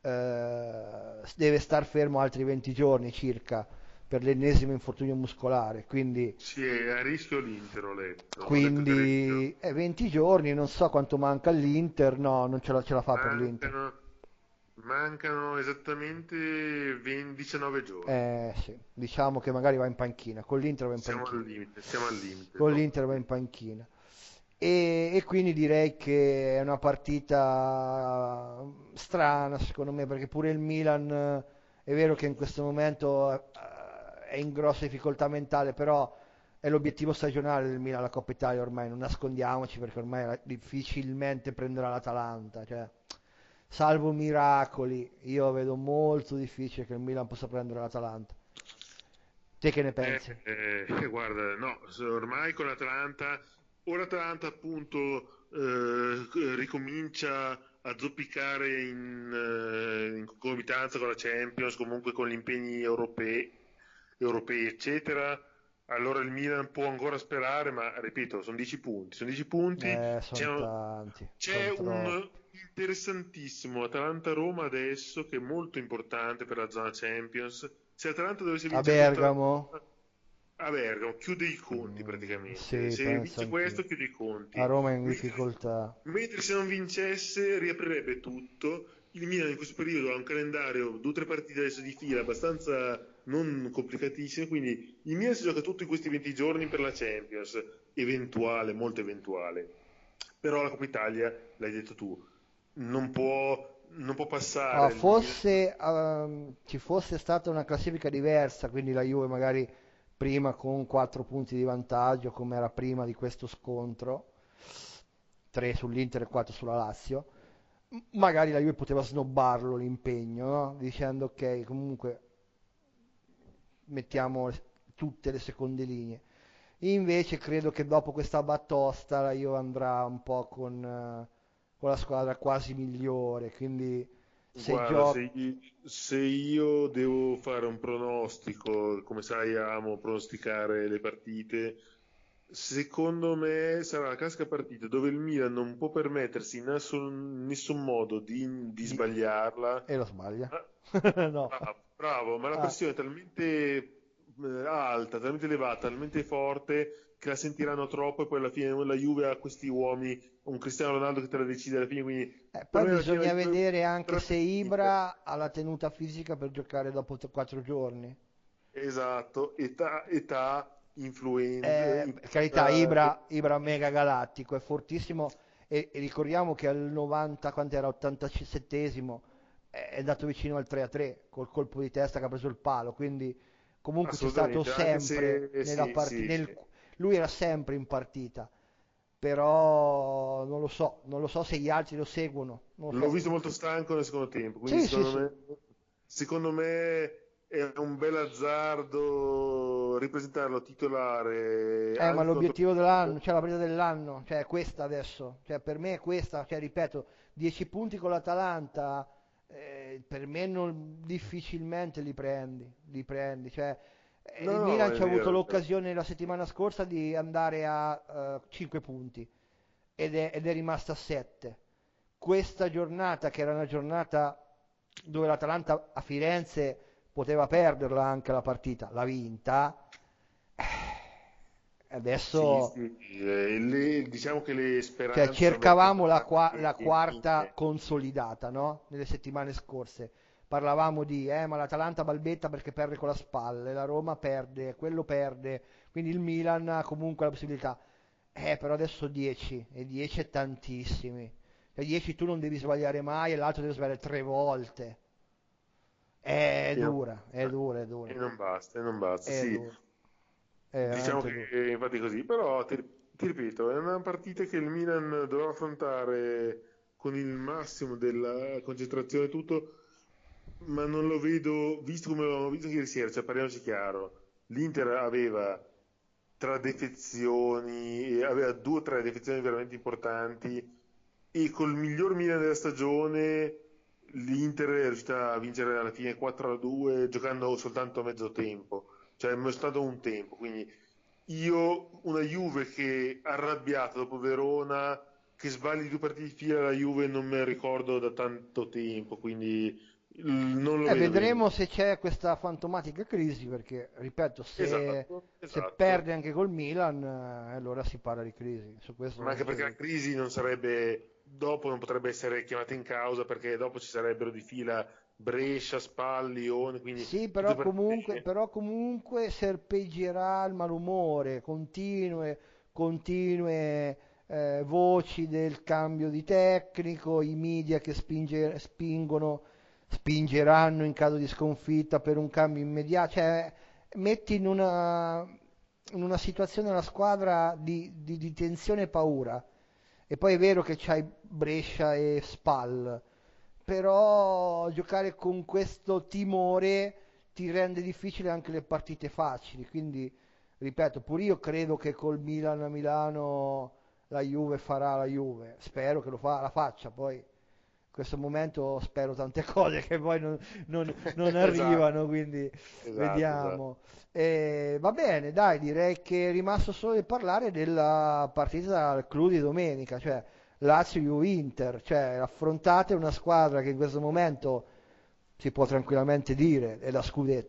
eh, deve star fermo altri venti giorni circa per l'ennesimo infortunio muscolare, quindi, Sì, è a rischio l'Inter, ho letto, ho letto che è a rischio. quindi eh, venti giorni, non so quanto manca all'Inter, no, non ce la, ce la fa per l'Inter. Mancano, mancano esattamente venti, diciannove giorni. Eh sì, diciamo che magari va in panchina, con l'Inter va in Siamo al panchina, limite, siamo al limite con proprio. l'Inter va in panchina. E, e quindi direi che è una partita strana secondo me, perché pure il Milan eh, è vero che in questo momento eh, è in grossa difficoltà mentale, però è l'obiettivo stagionale del Milan, la Coppa Italia ormai, non nascondiamoci perché ormai difficilmente prenderà l'Atalanta, cioè, salvo miracoli, io vedo molto difficile che il Milan possa prendere l'Atalanta. Te che ne Eh, pensi? eh, guarda, no, s- ormai con l'Atalanta, o l'Atalanta appunto eh, ricomincia a zoppicare in, eh, in concomitanza con la Champions, comunque con gli impegni europei, europei, eccetera, allora il Milan può ancora sperare, ma ripeto, sono dieci punti, sono dieci punti, Eh, c'è sono un, tanti, c'è sono un troppi. interessantissimo Atalanta-Roma adesso che è molto importante per la zona Champions. Se Atalanta dovesse A vincere questa Bergamo? a Bergamo, chiude i conti Mm, praticamente. sì, Se penso vince anch'io. questo, chiude i A conti. Roma è in Mentre, difficoltà. mentre se non vincesse, riaprirebbe tutto. Il Milan in questo periodo ha un calendario, due o tre partite adesso di fila, abbastanza non complicatissime, quindi il Milan si gioca tutto in questi venti giorni per la Champions, eventuale, molto eventuale. Però la Coppa Italia, l'hai detto tu, non può, non può Ah, passare il Milan. fosse, ehm, ci fosse stata una classifica diversa, quindi la Juve magari prima con quattro punti di vantaggio, come era prima di questo scontro, tre sull'Inter e quattro sulla Lazio, m- magari la Juve poteva snobbarlo l'impegno, no? Dicendo ok, comunque mettiamo tutte le seconde linee. Invece credo che dopo questa batosta la Juve andrà un po' con, eh, con la squadra quasi migliore, quindi se Guarda, gioca... se, se io devo fare un pronostico, come sai, amo pronosticare le partite, secondo me sarà la classica partita dove il Milan non può permettersi in nessun, nessun modo di, di Di... sbagliarla. E lo sbaglia. Ah, No. bravo, bravo, ma la Ah, pressione è talmente eh, alta, talmente elevata, talmente forte che la sentiranno troppo e poi alla fine la Juve ha questi uomini, un Cristiano Ronaldo che te la decide alla fine, quindi eh, per poi me alla fine la bisogna Juve vedere anche se potrebbe vincere. Ibra ha la tenuta fisica per giocare dopo quattro giorni. Esatto, età, età influenza, Eh, per carità, impatta, Ibra, Ibra mega galattico, è fortissimo e, e ricordiamo che al novanta, quanto era, ottantasettesimo, è è andato vicino al tre a tre col colpo di testa che ha preso il palo, quindi comunque c'è stato assolutamente, anche sempre se eh, nella sì, partita, sì, sì. lui era sempre in partita, però non lo so, non lo so se gli altri lo seguono, non lo L'ho so. visto molto stanco nel secondo tempo, quindi Sì, sì, secondo sì. me, secondo me è un bel azzardo ripresentarlo titolare Eh, ma anche contro... l'obiettivo dell'anno, cioè la partita dell'anno, cioè è questa adesso, cioè per me è questa, cioè ripeto, dieci punti con l'Atalanta, eh, per me non, difficilmente li prendi, li prendi, cioè eh, No, il no, Milan ma ci è ha avuto vero, è vero. l'occasione la settimana scorsa di andare a cinque punti ed è, ed è rimasta a sette. Questa giornata, che era una giornata dove l'Atalanta a Firenze poteva perderla anche la partita, l'ha vinta. Eh, Sì, Adesso, sì, eh, le- diciamo che le cioè, speranze sono cercavamo la, qua- veramente la quarta minime. consolidata, no? Nelle settimane scorse. Parlavamo di, eh, ma l'Atalanta balbetta perché perde con la spalla, e la Roma perde, quello perde, quindi il Milan ha comunque la possibilità. Eh, però adesso dieci, e dieci è tantissimi. Cioè dieci tu non devi sbagliare mai e l'altro deve sbagliare tre volte. È E non dura, è basta, dura, è e dura, non basta, e non basta, è sì. dura, è Diciamo veramente dura. che infatti è così, però ti, ti ripeto, è una partita che il Milan dovrà affrontare con il massimo della concentrazione e tutto, ma non lo vedo, visto come l'avevamo visto ieri sera, cioè parliamoci chiaro, l'Inter aveva tra defezioni, aveva due o tre defezioni veramente importanti e col miglior Milan della stagione l'Inter è riuscita a vincere alla fine quattro a due giocando soltanto a mezzo tempo, cioè è stato un tempo, quindi io una Juve che arrabbiata dopo Verona, che sbagli due partite di fila la Juve non me la ricordo da tanto tempo, quindi mm, non lo Eh, vedo bene. vedremo se c'è questa fantomatica crisi, perché, ripeto, se, Esatto, se esatto. perde anche col Milan, eh, allora si parla di crisi. Su questo Ma non anche c'è perché la dubbio. crisi non sarebbe, dopo non potrebbe essere chiamata in causa perché dopo ci sarebbero di fila Brescia, Spal, Lione, quindi Sì, tutte però comunque, partite. però comunque serpeggerà il malumore, continue, continue eh, voci del cambio di tecnico, i media che spinge- spingono, spingeranno in caso di sconfitta per un cambio immediato, cioè metti in una, in una situazione la squadra di, di- di tensione e paura. E poi è vero che c'hai Brescia e Spal, però giocare con questo timore ti rende difficile anche le partite facili. Quindi, ripeto, pure io credo che col Milan a Milano la Juve farà la Juve. Spero che lo fa, la faccia. Poi, in questo momento spero tante cose che poi non, non- non Esatto, arrivano, quindi esatto, esatto. vediamo. Eh, va bene, dai, direi che è rimasto solo di parlare della partita al clou di domenica, cioè Lazio-Inter, cioè affrontate una squadra che in questo momento si può tranquillamente dire è da scudetto,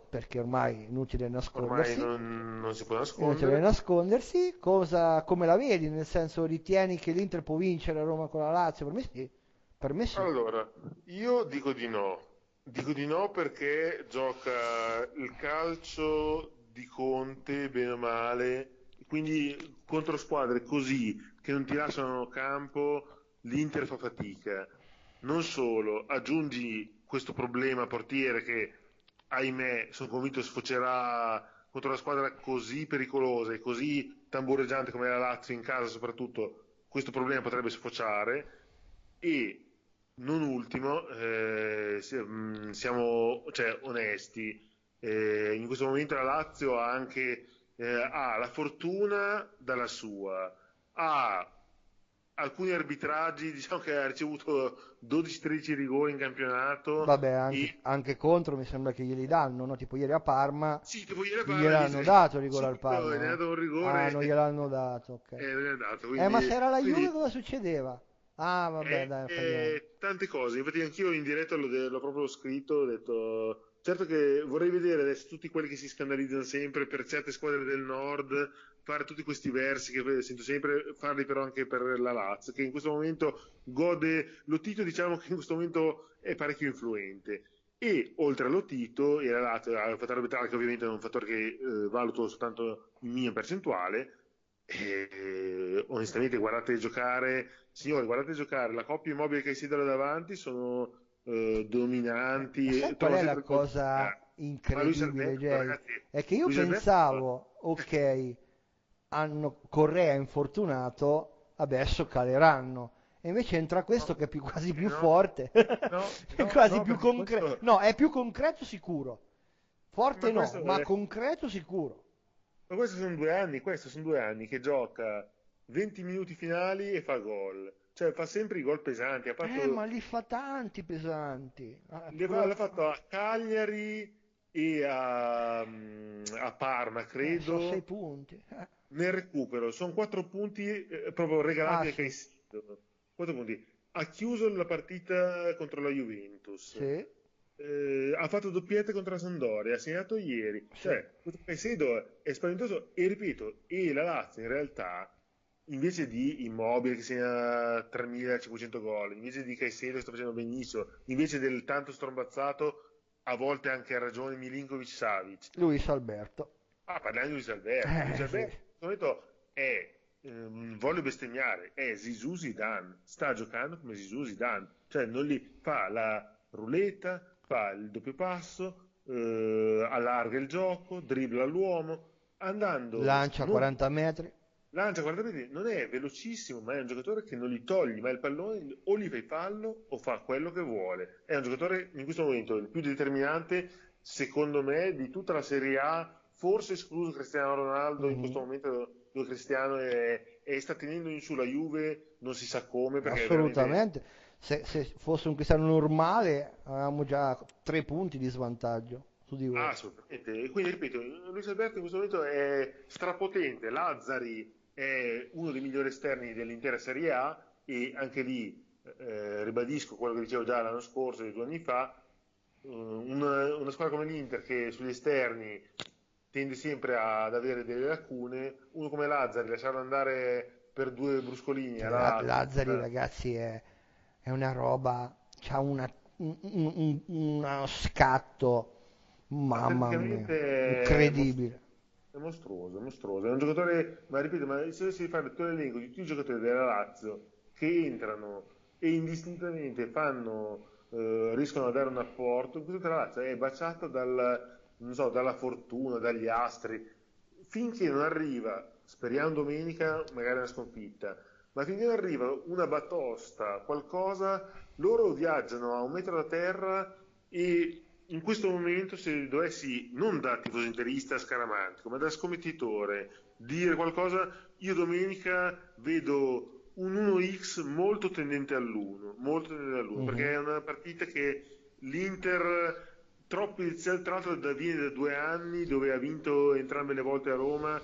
perché ormai è inutile Ormai nascondersi, non, non si può è inutile nascondere. nascondersi, cosa, come la vedi? Nel senso, ritieni che l'Inter può vincere a Roma con la Lazio? Per me sì, per me sì. Allora, io dico di no. Dico di no perché gioca il calcio di Conte, bene o male, quindi contro squadre così che non ti lasciano campo, l'Inter fa fatica. Non solo, aggiungi questo problema portiere che, ahimè, sono convinto sfocerà contro una squadra così pericolosa e così tambureggiante come la Lazio in casa soprattutto, questo problema potrebbe sfociare. E non ultimo, eh, si- mh, siamo cioè, onesti, eh, in questo momento la Lazio ha anche eh, ha la fortuna dalla sua, ha alcuni arbitraggi, diciamo che ha ricevuto dodici tredici rigori in campionato Vabbè, anche, e anche contro mi sembra che glieli danno, no? Tipo ieri a Parma sì, tipo ieri a Parma lì gliel'hanno dato il rigore al subito ne ha Parma, no? dato un Ah, rigore non gliel'hanno dato, ok. e non è andato, Eh, ma quindi, se era la Juve quindi cosa succedeva? Ah, vabbè, E, dai, fa niente. e tante cose, infatti anch'io in diretta l'ho, de- l'ho proprio scritto, ho detto, certo che vorrei vedere adesso tutti quelli che si scandalizzano sempre per certe squadre del nord, fare tutti questi versi che sento sempre, farli però anche per la Lazio, che in questo momento gode, Lotito diciamo che in questo momento è parecchio influente. E oltre a Lotito e la Lazio, al fattore arbitrale che ovviamente è un fattore che eh, valuto soltanto in mia percentuale, e, onestamente guardate giocare. Signori, guardate giocare, la coppia Immobile che Caicedo davanti sono eh, Ma, ma dominanti, sai e qual trovano è la sempre il gol di cosa giocare. Ma Luis incredibile, Alberto, Jay? ragazzi, È che io Luis Alberto, pensavo, ok, hanno Correa infortunato, adesso caleranno. E invece entra questo no, che è più- quasi eh, più no, forte, no, è no, quasi no, più perché concreto. questo, No, è più concreto sicuro. Forte ma no, questo ma è, concreto sicuro. ma questo sono due anni, questo sono due anni che gioca venti minuti finali e fa gol. Cioè fa sempre i gol pesanti, ha Eh, ma fatto li fa tanti pesanti. Ah, Li fa- cosa L'ha fa? fatto a Cagliari e a, mm, a Parma, Eh, so sei credo, punti. Eh. nel recupero. Sono quattro punti eh, proprio Ah, regalati a sì, Caicedo. Quattro punti. Ha chiuso la partita contro la Juventus. sì, Eh, ha fatto doppiette contro la Sampdoria, ha segnato ieri. sì. Cioè, questo Caicedo è spaventoso e ripeto, e la Lazio in realtà invece di Immobile che segna tremilacinquecento gol, invece di Caicedo che sta facendo benissimo, invece del tanto strombazzato, a volte anche a ragione Milinkovic Savic. Luis Alberto. Ah, parliamo di Luis Alberto. Luis Eh, sì. Alberto, in questo momento è, ehm, voglio bestemmiare, è Zizou Zidane, sta giocando come Zizou Zidane, cioè non li fa la ruleta, fa il doppio passo, eh, allarga il gioco, dribbla l'uomo, andando Lancia non quaranta metri. lancia quaranta metri, non è velocissimo, ma è un giocatore che non gli togli mai il pallone, o gli fai fallo o fa quello che vuole. È un giocatore in questo momento il più determinante, secondo me, di tutta la Serie A, forse escluso Cristiano Ronaldo in questo Mhm. momento dove Cristiano è, è- sta tenendo in su la Juve, non si sa come, perché è veramente. Assolutamente. Se, se fosse un cristiano normale, avevamo già tre punti di svantaggio su di Ah, voi. assolutamente. E quindi ripeto, Luis Alberto in questo momento è strapotente. Lazzari è uno dei migliori esterni dell'intera Serie A e anche lì eh, ribadisco quello che dicevo già l'anno scorso, due anni fa, eh, una, una squadra come l'Inter che sugli esterni tende sempre ad avere delle lacune, uno come Lazzari, lasciarlo andare per due bruscolini Cioè, alla La- Lazio, Lazzari, senza- ragazzi, è, è una roba, c'ha una, un- un- un- uno scatto, mamma mia, atleticamente è, mos- incredibile. è mostruoso, è mostruoso. È un giocatore, ma ripeto, ma se dovessi fare tutto l'elenco di tutti i giocatori della Lazio che entrano e indistintamente fanno, eh, riescono a dare un apporto, tutta la Lazio è baciata dal, non so, dalla fortuna, dagli astri, finché non arriva, speriamo domenica, magari una sconfitta, ma finché non arriva una batosta, qualcosa, loro viaggiano a un metro da terra e in questo momento, se dovessi, non da tifoso interista scaramantico, ma da scommettitore, dire qualcosa, io domenica vedo un uno x molto tendente all'uno, molto tendente all'uno, perché Mhm. è una partita che l'Inter, troppi, tra l'altro da- viene da due anni dove ha vinto entrambe le volte a Roma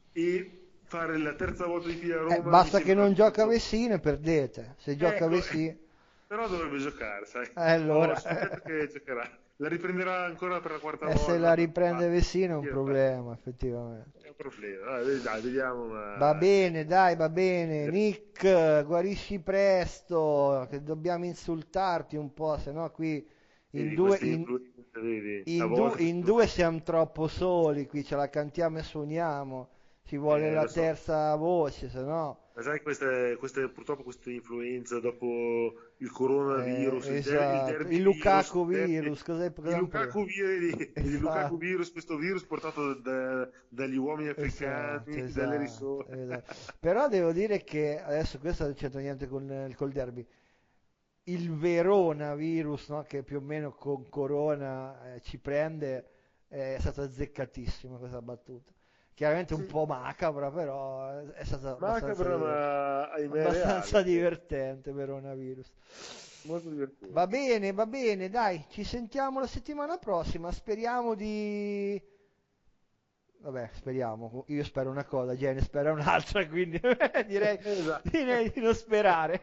e fare la terza volta di fila a Eh, Roma mi basta che sembra non gioca molto. Vessino e perdete. Se gioca Ecco, Vessino, però dovrebbe giocare, sai? eh, Ho allora... scoperto che giocherà. la riprenderà ancora per la quarta E se la volta. riprende Ah, Vessino è un sì, problema, effettivamente. è un problema. Dai, dai, vediamo, Va ma... bene, dai, va bene. Nick, guarisci presto, che dobbiamo insultarti un po', se no qui in Vedi, due, queste in, influenze, vedi, a in du- volte in possono due essere... siamo troppo soli, qui ce la cantiamo e suoniamo. Ci vuole Eh, la lo so. terza voce, se no... Ma sai, queste, queste- purtroppo questa influenza dopo il Eh, coronavirus, il, der- il esatto, il derby virus, Lukaku il, derby- virus, cos'è, cosa il hanno preso? Lukaku, vi- il Lukaku Esatto, virus, questo virus portato da- dagli uomini esatto, africani, dalle esatto, risorse. esatto. Però devo dire che adesso questo non c'entra niente con col derby. Il Verona virus, no, che più o meno con Corona eh, ci prende, è stata azzeccatissima questa battuta. Chiaramente un Sì, po' macabra, però è stata abbastanza, macabra, diver- ma ahimè abbastanza reale. divertente Verona virus. Molto Va divertente. bene, va bene, dai, ci sentiamo la settimana prossima. Speriamo di... Vabbè, speriamo. Io spero una cosa, Jenny spera un'altra, quindi direi, Esatto. direi di non sperare.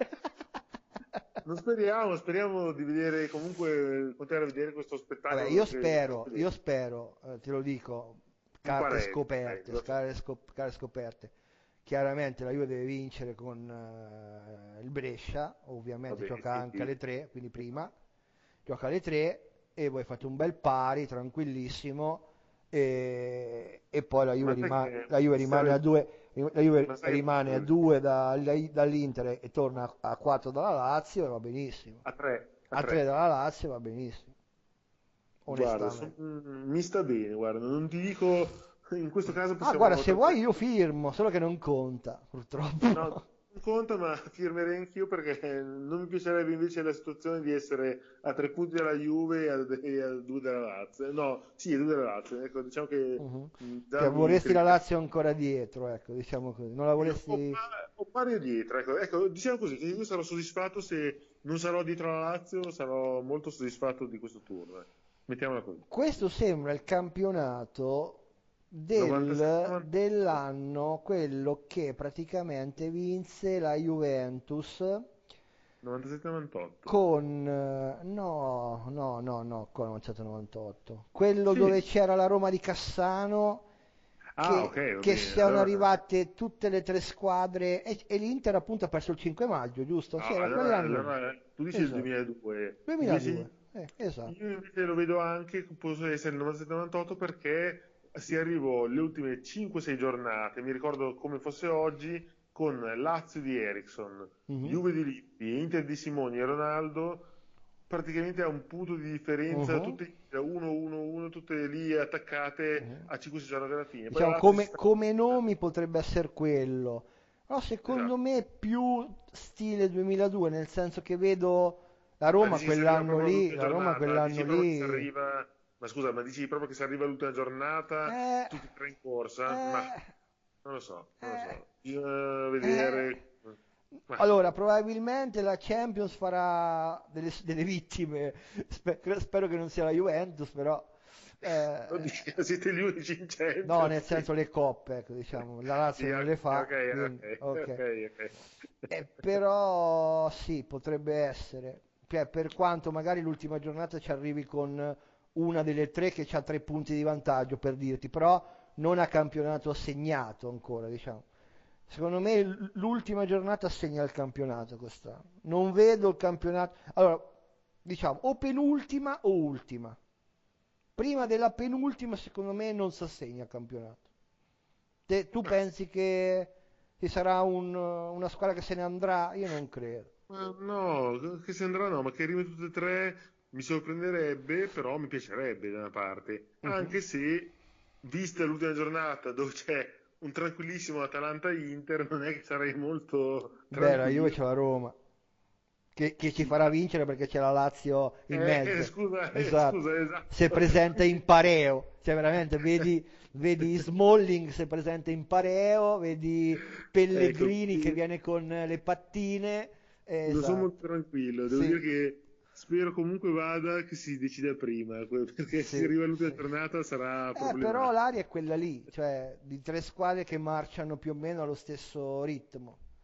Non speriamo, speriamo di vedere comunque, continuare a vedere questo Vabbè, io spettacolo che stiamo spero, io vedendo. spero, eh, te lo dico, Un carte pareggio, dai, scoperte, lo so. scare, scop- carte scoperte. Chiaramente la Juve deve vincere con eh, il Brescia, ovviamente Vabbè, gioca sì, anche sì. alle tre, quindi prima, gioca alle tre e voi fate un bel pari, tranquillissimo, e, e poi la Juve, Ma sai rima- che la Juve rimane a sarebbe, due, la ma Juve sai che rimane a sarebbe due da- dall'Inter e torna a quattro dalla Lazio e va benissimo. a tre, a A tre tre. dalla Lazio va benissimo, Guarda, son- onestamente. mi sta bene, guarda, non ti dico, in questo caso Ah, guarda, possiamo se vuoi io tranquillamente... firmo, solo che non conta, No, purtroppo. non conta, ma firmerei anch'io perché non mi piacerebbe invece la situazione di essere a tre punti dalla Juve e a, e a due della Lazio. No, sì, a due della Lazio. Ecco, diciamo che Mhm. mh, già Cioè, mi vorresti la crede. Lazio ancora dietro, ecco, diciamo così. Non la Sì, o, vorresti... pa- o pari o dietro, ecco, ecco, diciamo così, che io sarò soddisfatto se non sarò dietro la Lazio, sarò molto soddisfatto di questo turno. Ecco. Mettiamola così. Questo sembra il campionato novantasette del- novantotto, dell'anno, quello che praticamente vinse la Juventus novantasette novantotto. con... eh, no, no, no, no, con millenovecentonovantotto. Quello dove Sì. c'era la Roma di Cassano, Ah, ok, che, va che bene. siano Allora, arrivate tutte le tre squadre e, e l'Inter appunto ha perso il cinque maggio, giusto? no, Sì, era allora, quell'anno lì. allora tu dici il Esatto. duemiladue, invece duemiladue. Eh, esatto. io invece lo vedo anche, posso essere il novantasette novantotto perché si arrivò le ultime cinque sei giornate, mi ricordo come fosse oggi, con Lazio di Ericsson, Mhm. Juve di Lippi, Inter di Simoni e Ronaldo, praticamente a un punto di differenza, Mhm. tutte uno uno uno, tutte lì attaccate Mhm. a cinque sei giornate alla fine. Poi la Diciamo Lazio si come, sta... come nomi potrebbe essere quello. Però secondo Esatto. me più stile duemiladue, nel senso che vedo la Ma Roma dici che si arriva quell'anno proprio lì, all'ultima la Roma giornata? quell'anno Dici proprio che si lì, arriva... Ma scusa, ma dici proprio che si arriva all'ultima giornata, eh, tutti e tre in corsa? Ma eh, non lo so, non lo eh, so. Bisogna eh. vedere... Ma Allora, probabilmente la Champions farà delle, delle vittime. Spe- spero che non sia la Juventus, però eh, oddio, siete gli unici in no, nel Champions. Sì, senso le coppe, ecco, diciamo, la Lazio sì, non le ok, fa, quindi ok, ok. ok, ok. Eh, però sì, potrebbe essere. Cioè, per quanto magari l'ultima giornata ci arrivi con una delle tre che ha tre punti di vantaggio, per dirti, però non ha campionato assegnato ancora, diciamo. Secondo me l- l'ultima giornata assegna il campionato quest'anno. Non vedo il campionato. Allora, diciamo, o penultima o ultima. Prima della penultima, secondo me, non si assegna il campionato. Te- tu pensi che ci sarà un- una squadra che se ne andrà? Io non credo. Ma no, che se andrà no, ma che arrivi tutte e tre mi sorprenderebbe, però mi piacerebbe da una parte, Mhm. anche se, vista l'ultima giornata dove c'è un tranquillissimo Atalanta-Inter, non è che sarei molto Beh, la Juve tranquillo. c'è la Roma, che, che ci Sì, farà ma... vincere perché c'è la Lazio in Eh, eh, mezzo. scusa, eh, Esatto. scusa, Se è esatto. presente in Quindi... pareo, cioè veramente vedi, vedi Smalling se è presente in pareo, vedi Ecco, Pellegrini che quindi viene con le pattine. eh, non sono Esatto. molto tranquillo, devo Sì, dire che spero comunque vada che si decida prima, que- perché se si sì, arriva all'ultima sì. giornata sarà Eh, però problematico. l'aria è quella lì, cioè di tre squadre che marciano più o meno allo stesso ritmo.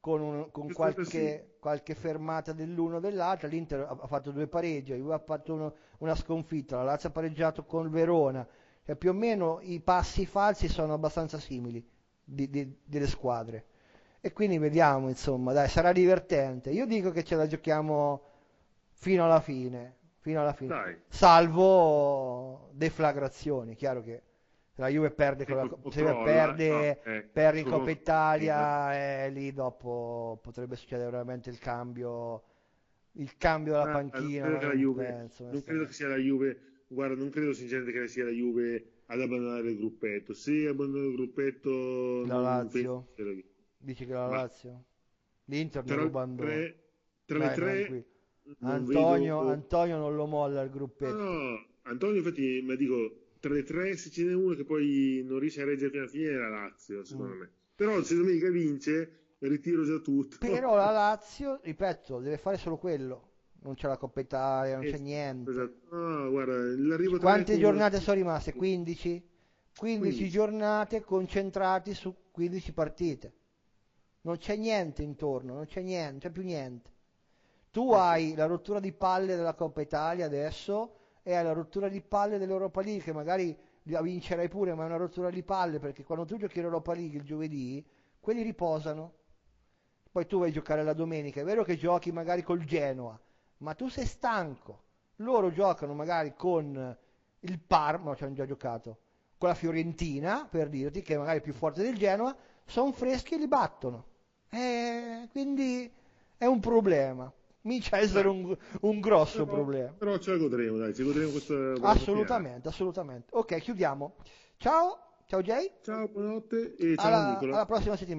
con, un- con Questa sì. qualche, qualche fermata dell'uno o dell'altra. L'Inter ha, ha fatto due pareggi, la Juve ha fatto uno- una sconfitta, la Lazio ha pareggiato con il Verona. Cioè, più o meno i passi falsi sono abbastanza simili di- di- delle squadre. E quindi vediamo, insomma, dai, sarà divertente. Io dico che ce la giochiamo fino alla fine, fino alla fine, Dai, salvo deflagrazioni. Chiaro che se la Juve perde, con e la, poi Co- o se la Juve crolla, no, perde, eh, perde in tipo Coppa con Fiorentina. Italia, e lì dopo potrebbe succedere veramente il cambio, il cambio della Ma non panchina, credo ma che la non Juve, penso, non credo che onestamente. sia la Juve, guarda, non credo sinceramente che sia la Juve ad abbandonare il gruppetto. Se abbandona il gruppetto, La non penso Lazio? che sia la Juve. Dici che la Ma Lazio? L'Inter non tra lo le abbandona. tre, tra le Dai, tranquillo. tre non vedo. Antonio, Antonio non lo molla il No, gruppetto. no, Antonio, infatti, ma dico, tra le tre, se ce n'è uno che poi non riesce a reggere fino alla fine, è la Lazio, Mm. secondo me. Però se domenica vince, ritiro già tutto. Però la Lazio, ripeto, deve fare solo quello. Non c'è la Coppa Italia, non c'è niente. Esatto. No, guarda, l'arrivo tre Quante con giornate sono rimaste? quindici? quindici quindici. giornate concentrati su quindici partite. Non c'è niente intorno, non c'è niente, non c'è più niente. Tu Eh sì. hai la rottura di palle della Coppa Italia adesso e hai la rottura di palle dell'Europa League, che magari la vincerai pure, ma è una rottura di palle perché quando tu giochi l'Europa League il giovedì, quelli riposano. Poi tu vai a giocare la domenica, è vero che giochi magari col Genoa, ma tu sei stanco. Loro giocano magari con il Parma, ci hanno già giocato, con la Fiorentina, per dirti, che è magari più forte del Genoa, sono freschi e li battono. Eh, quindi è un problema. Mincia essere Dai, un, un grosso però, problema. però ce la godremo, dai, ci godremo questa buona mattinata. Assolutamente, assolutamente. Ok, chiudiamo. Ciao, ciao Jay, Ciao, buonanotte e ciao alla Nicola. alla prossima settimana.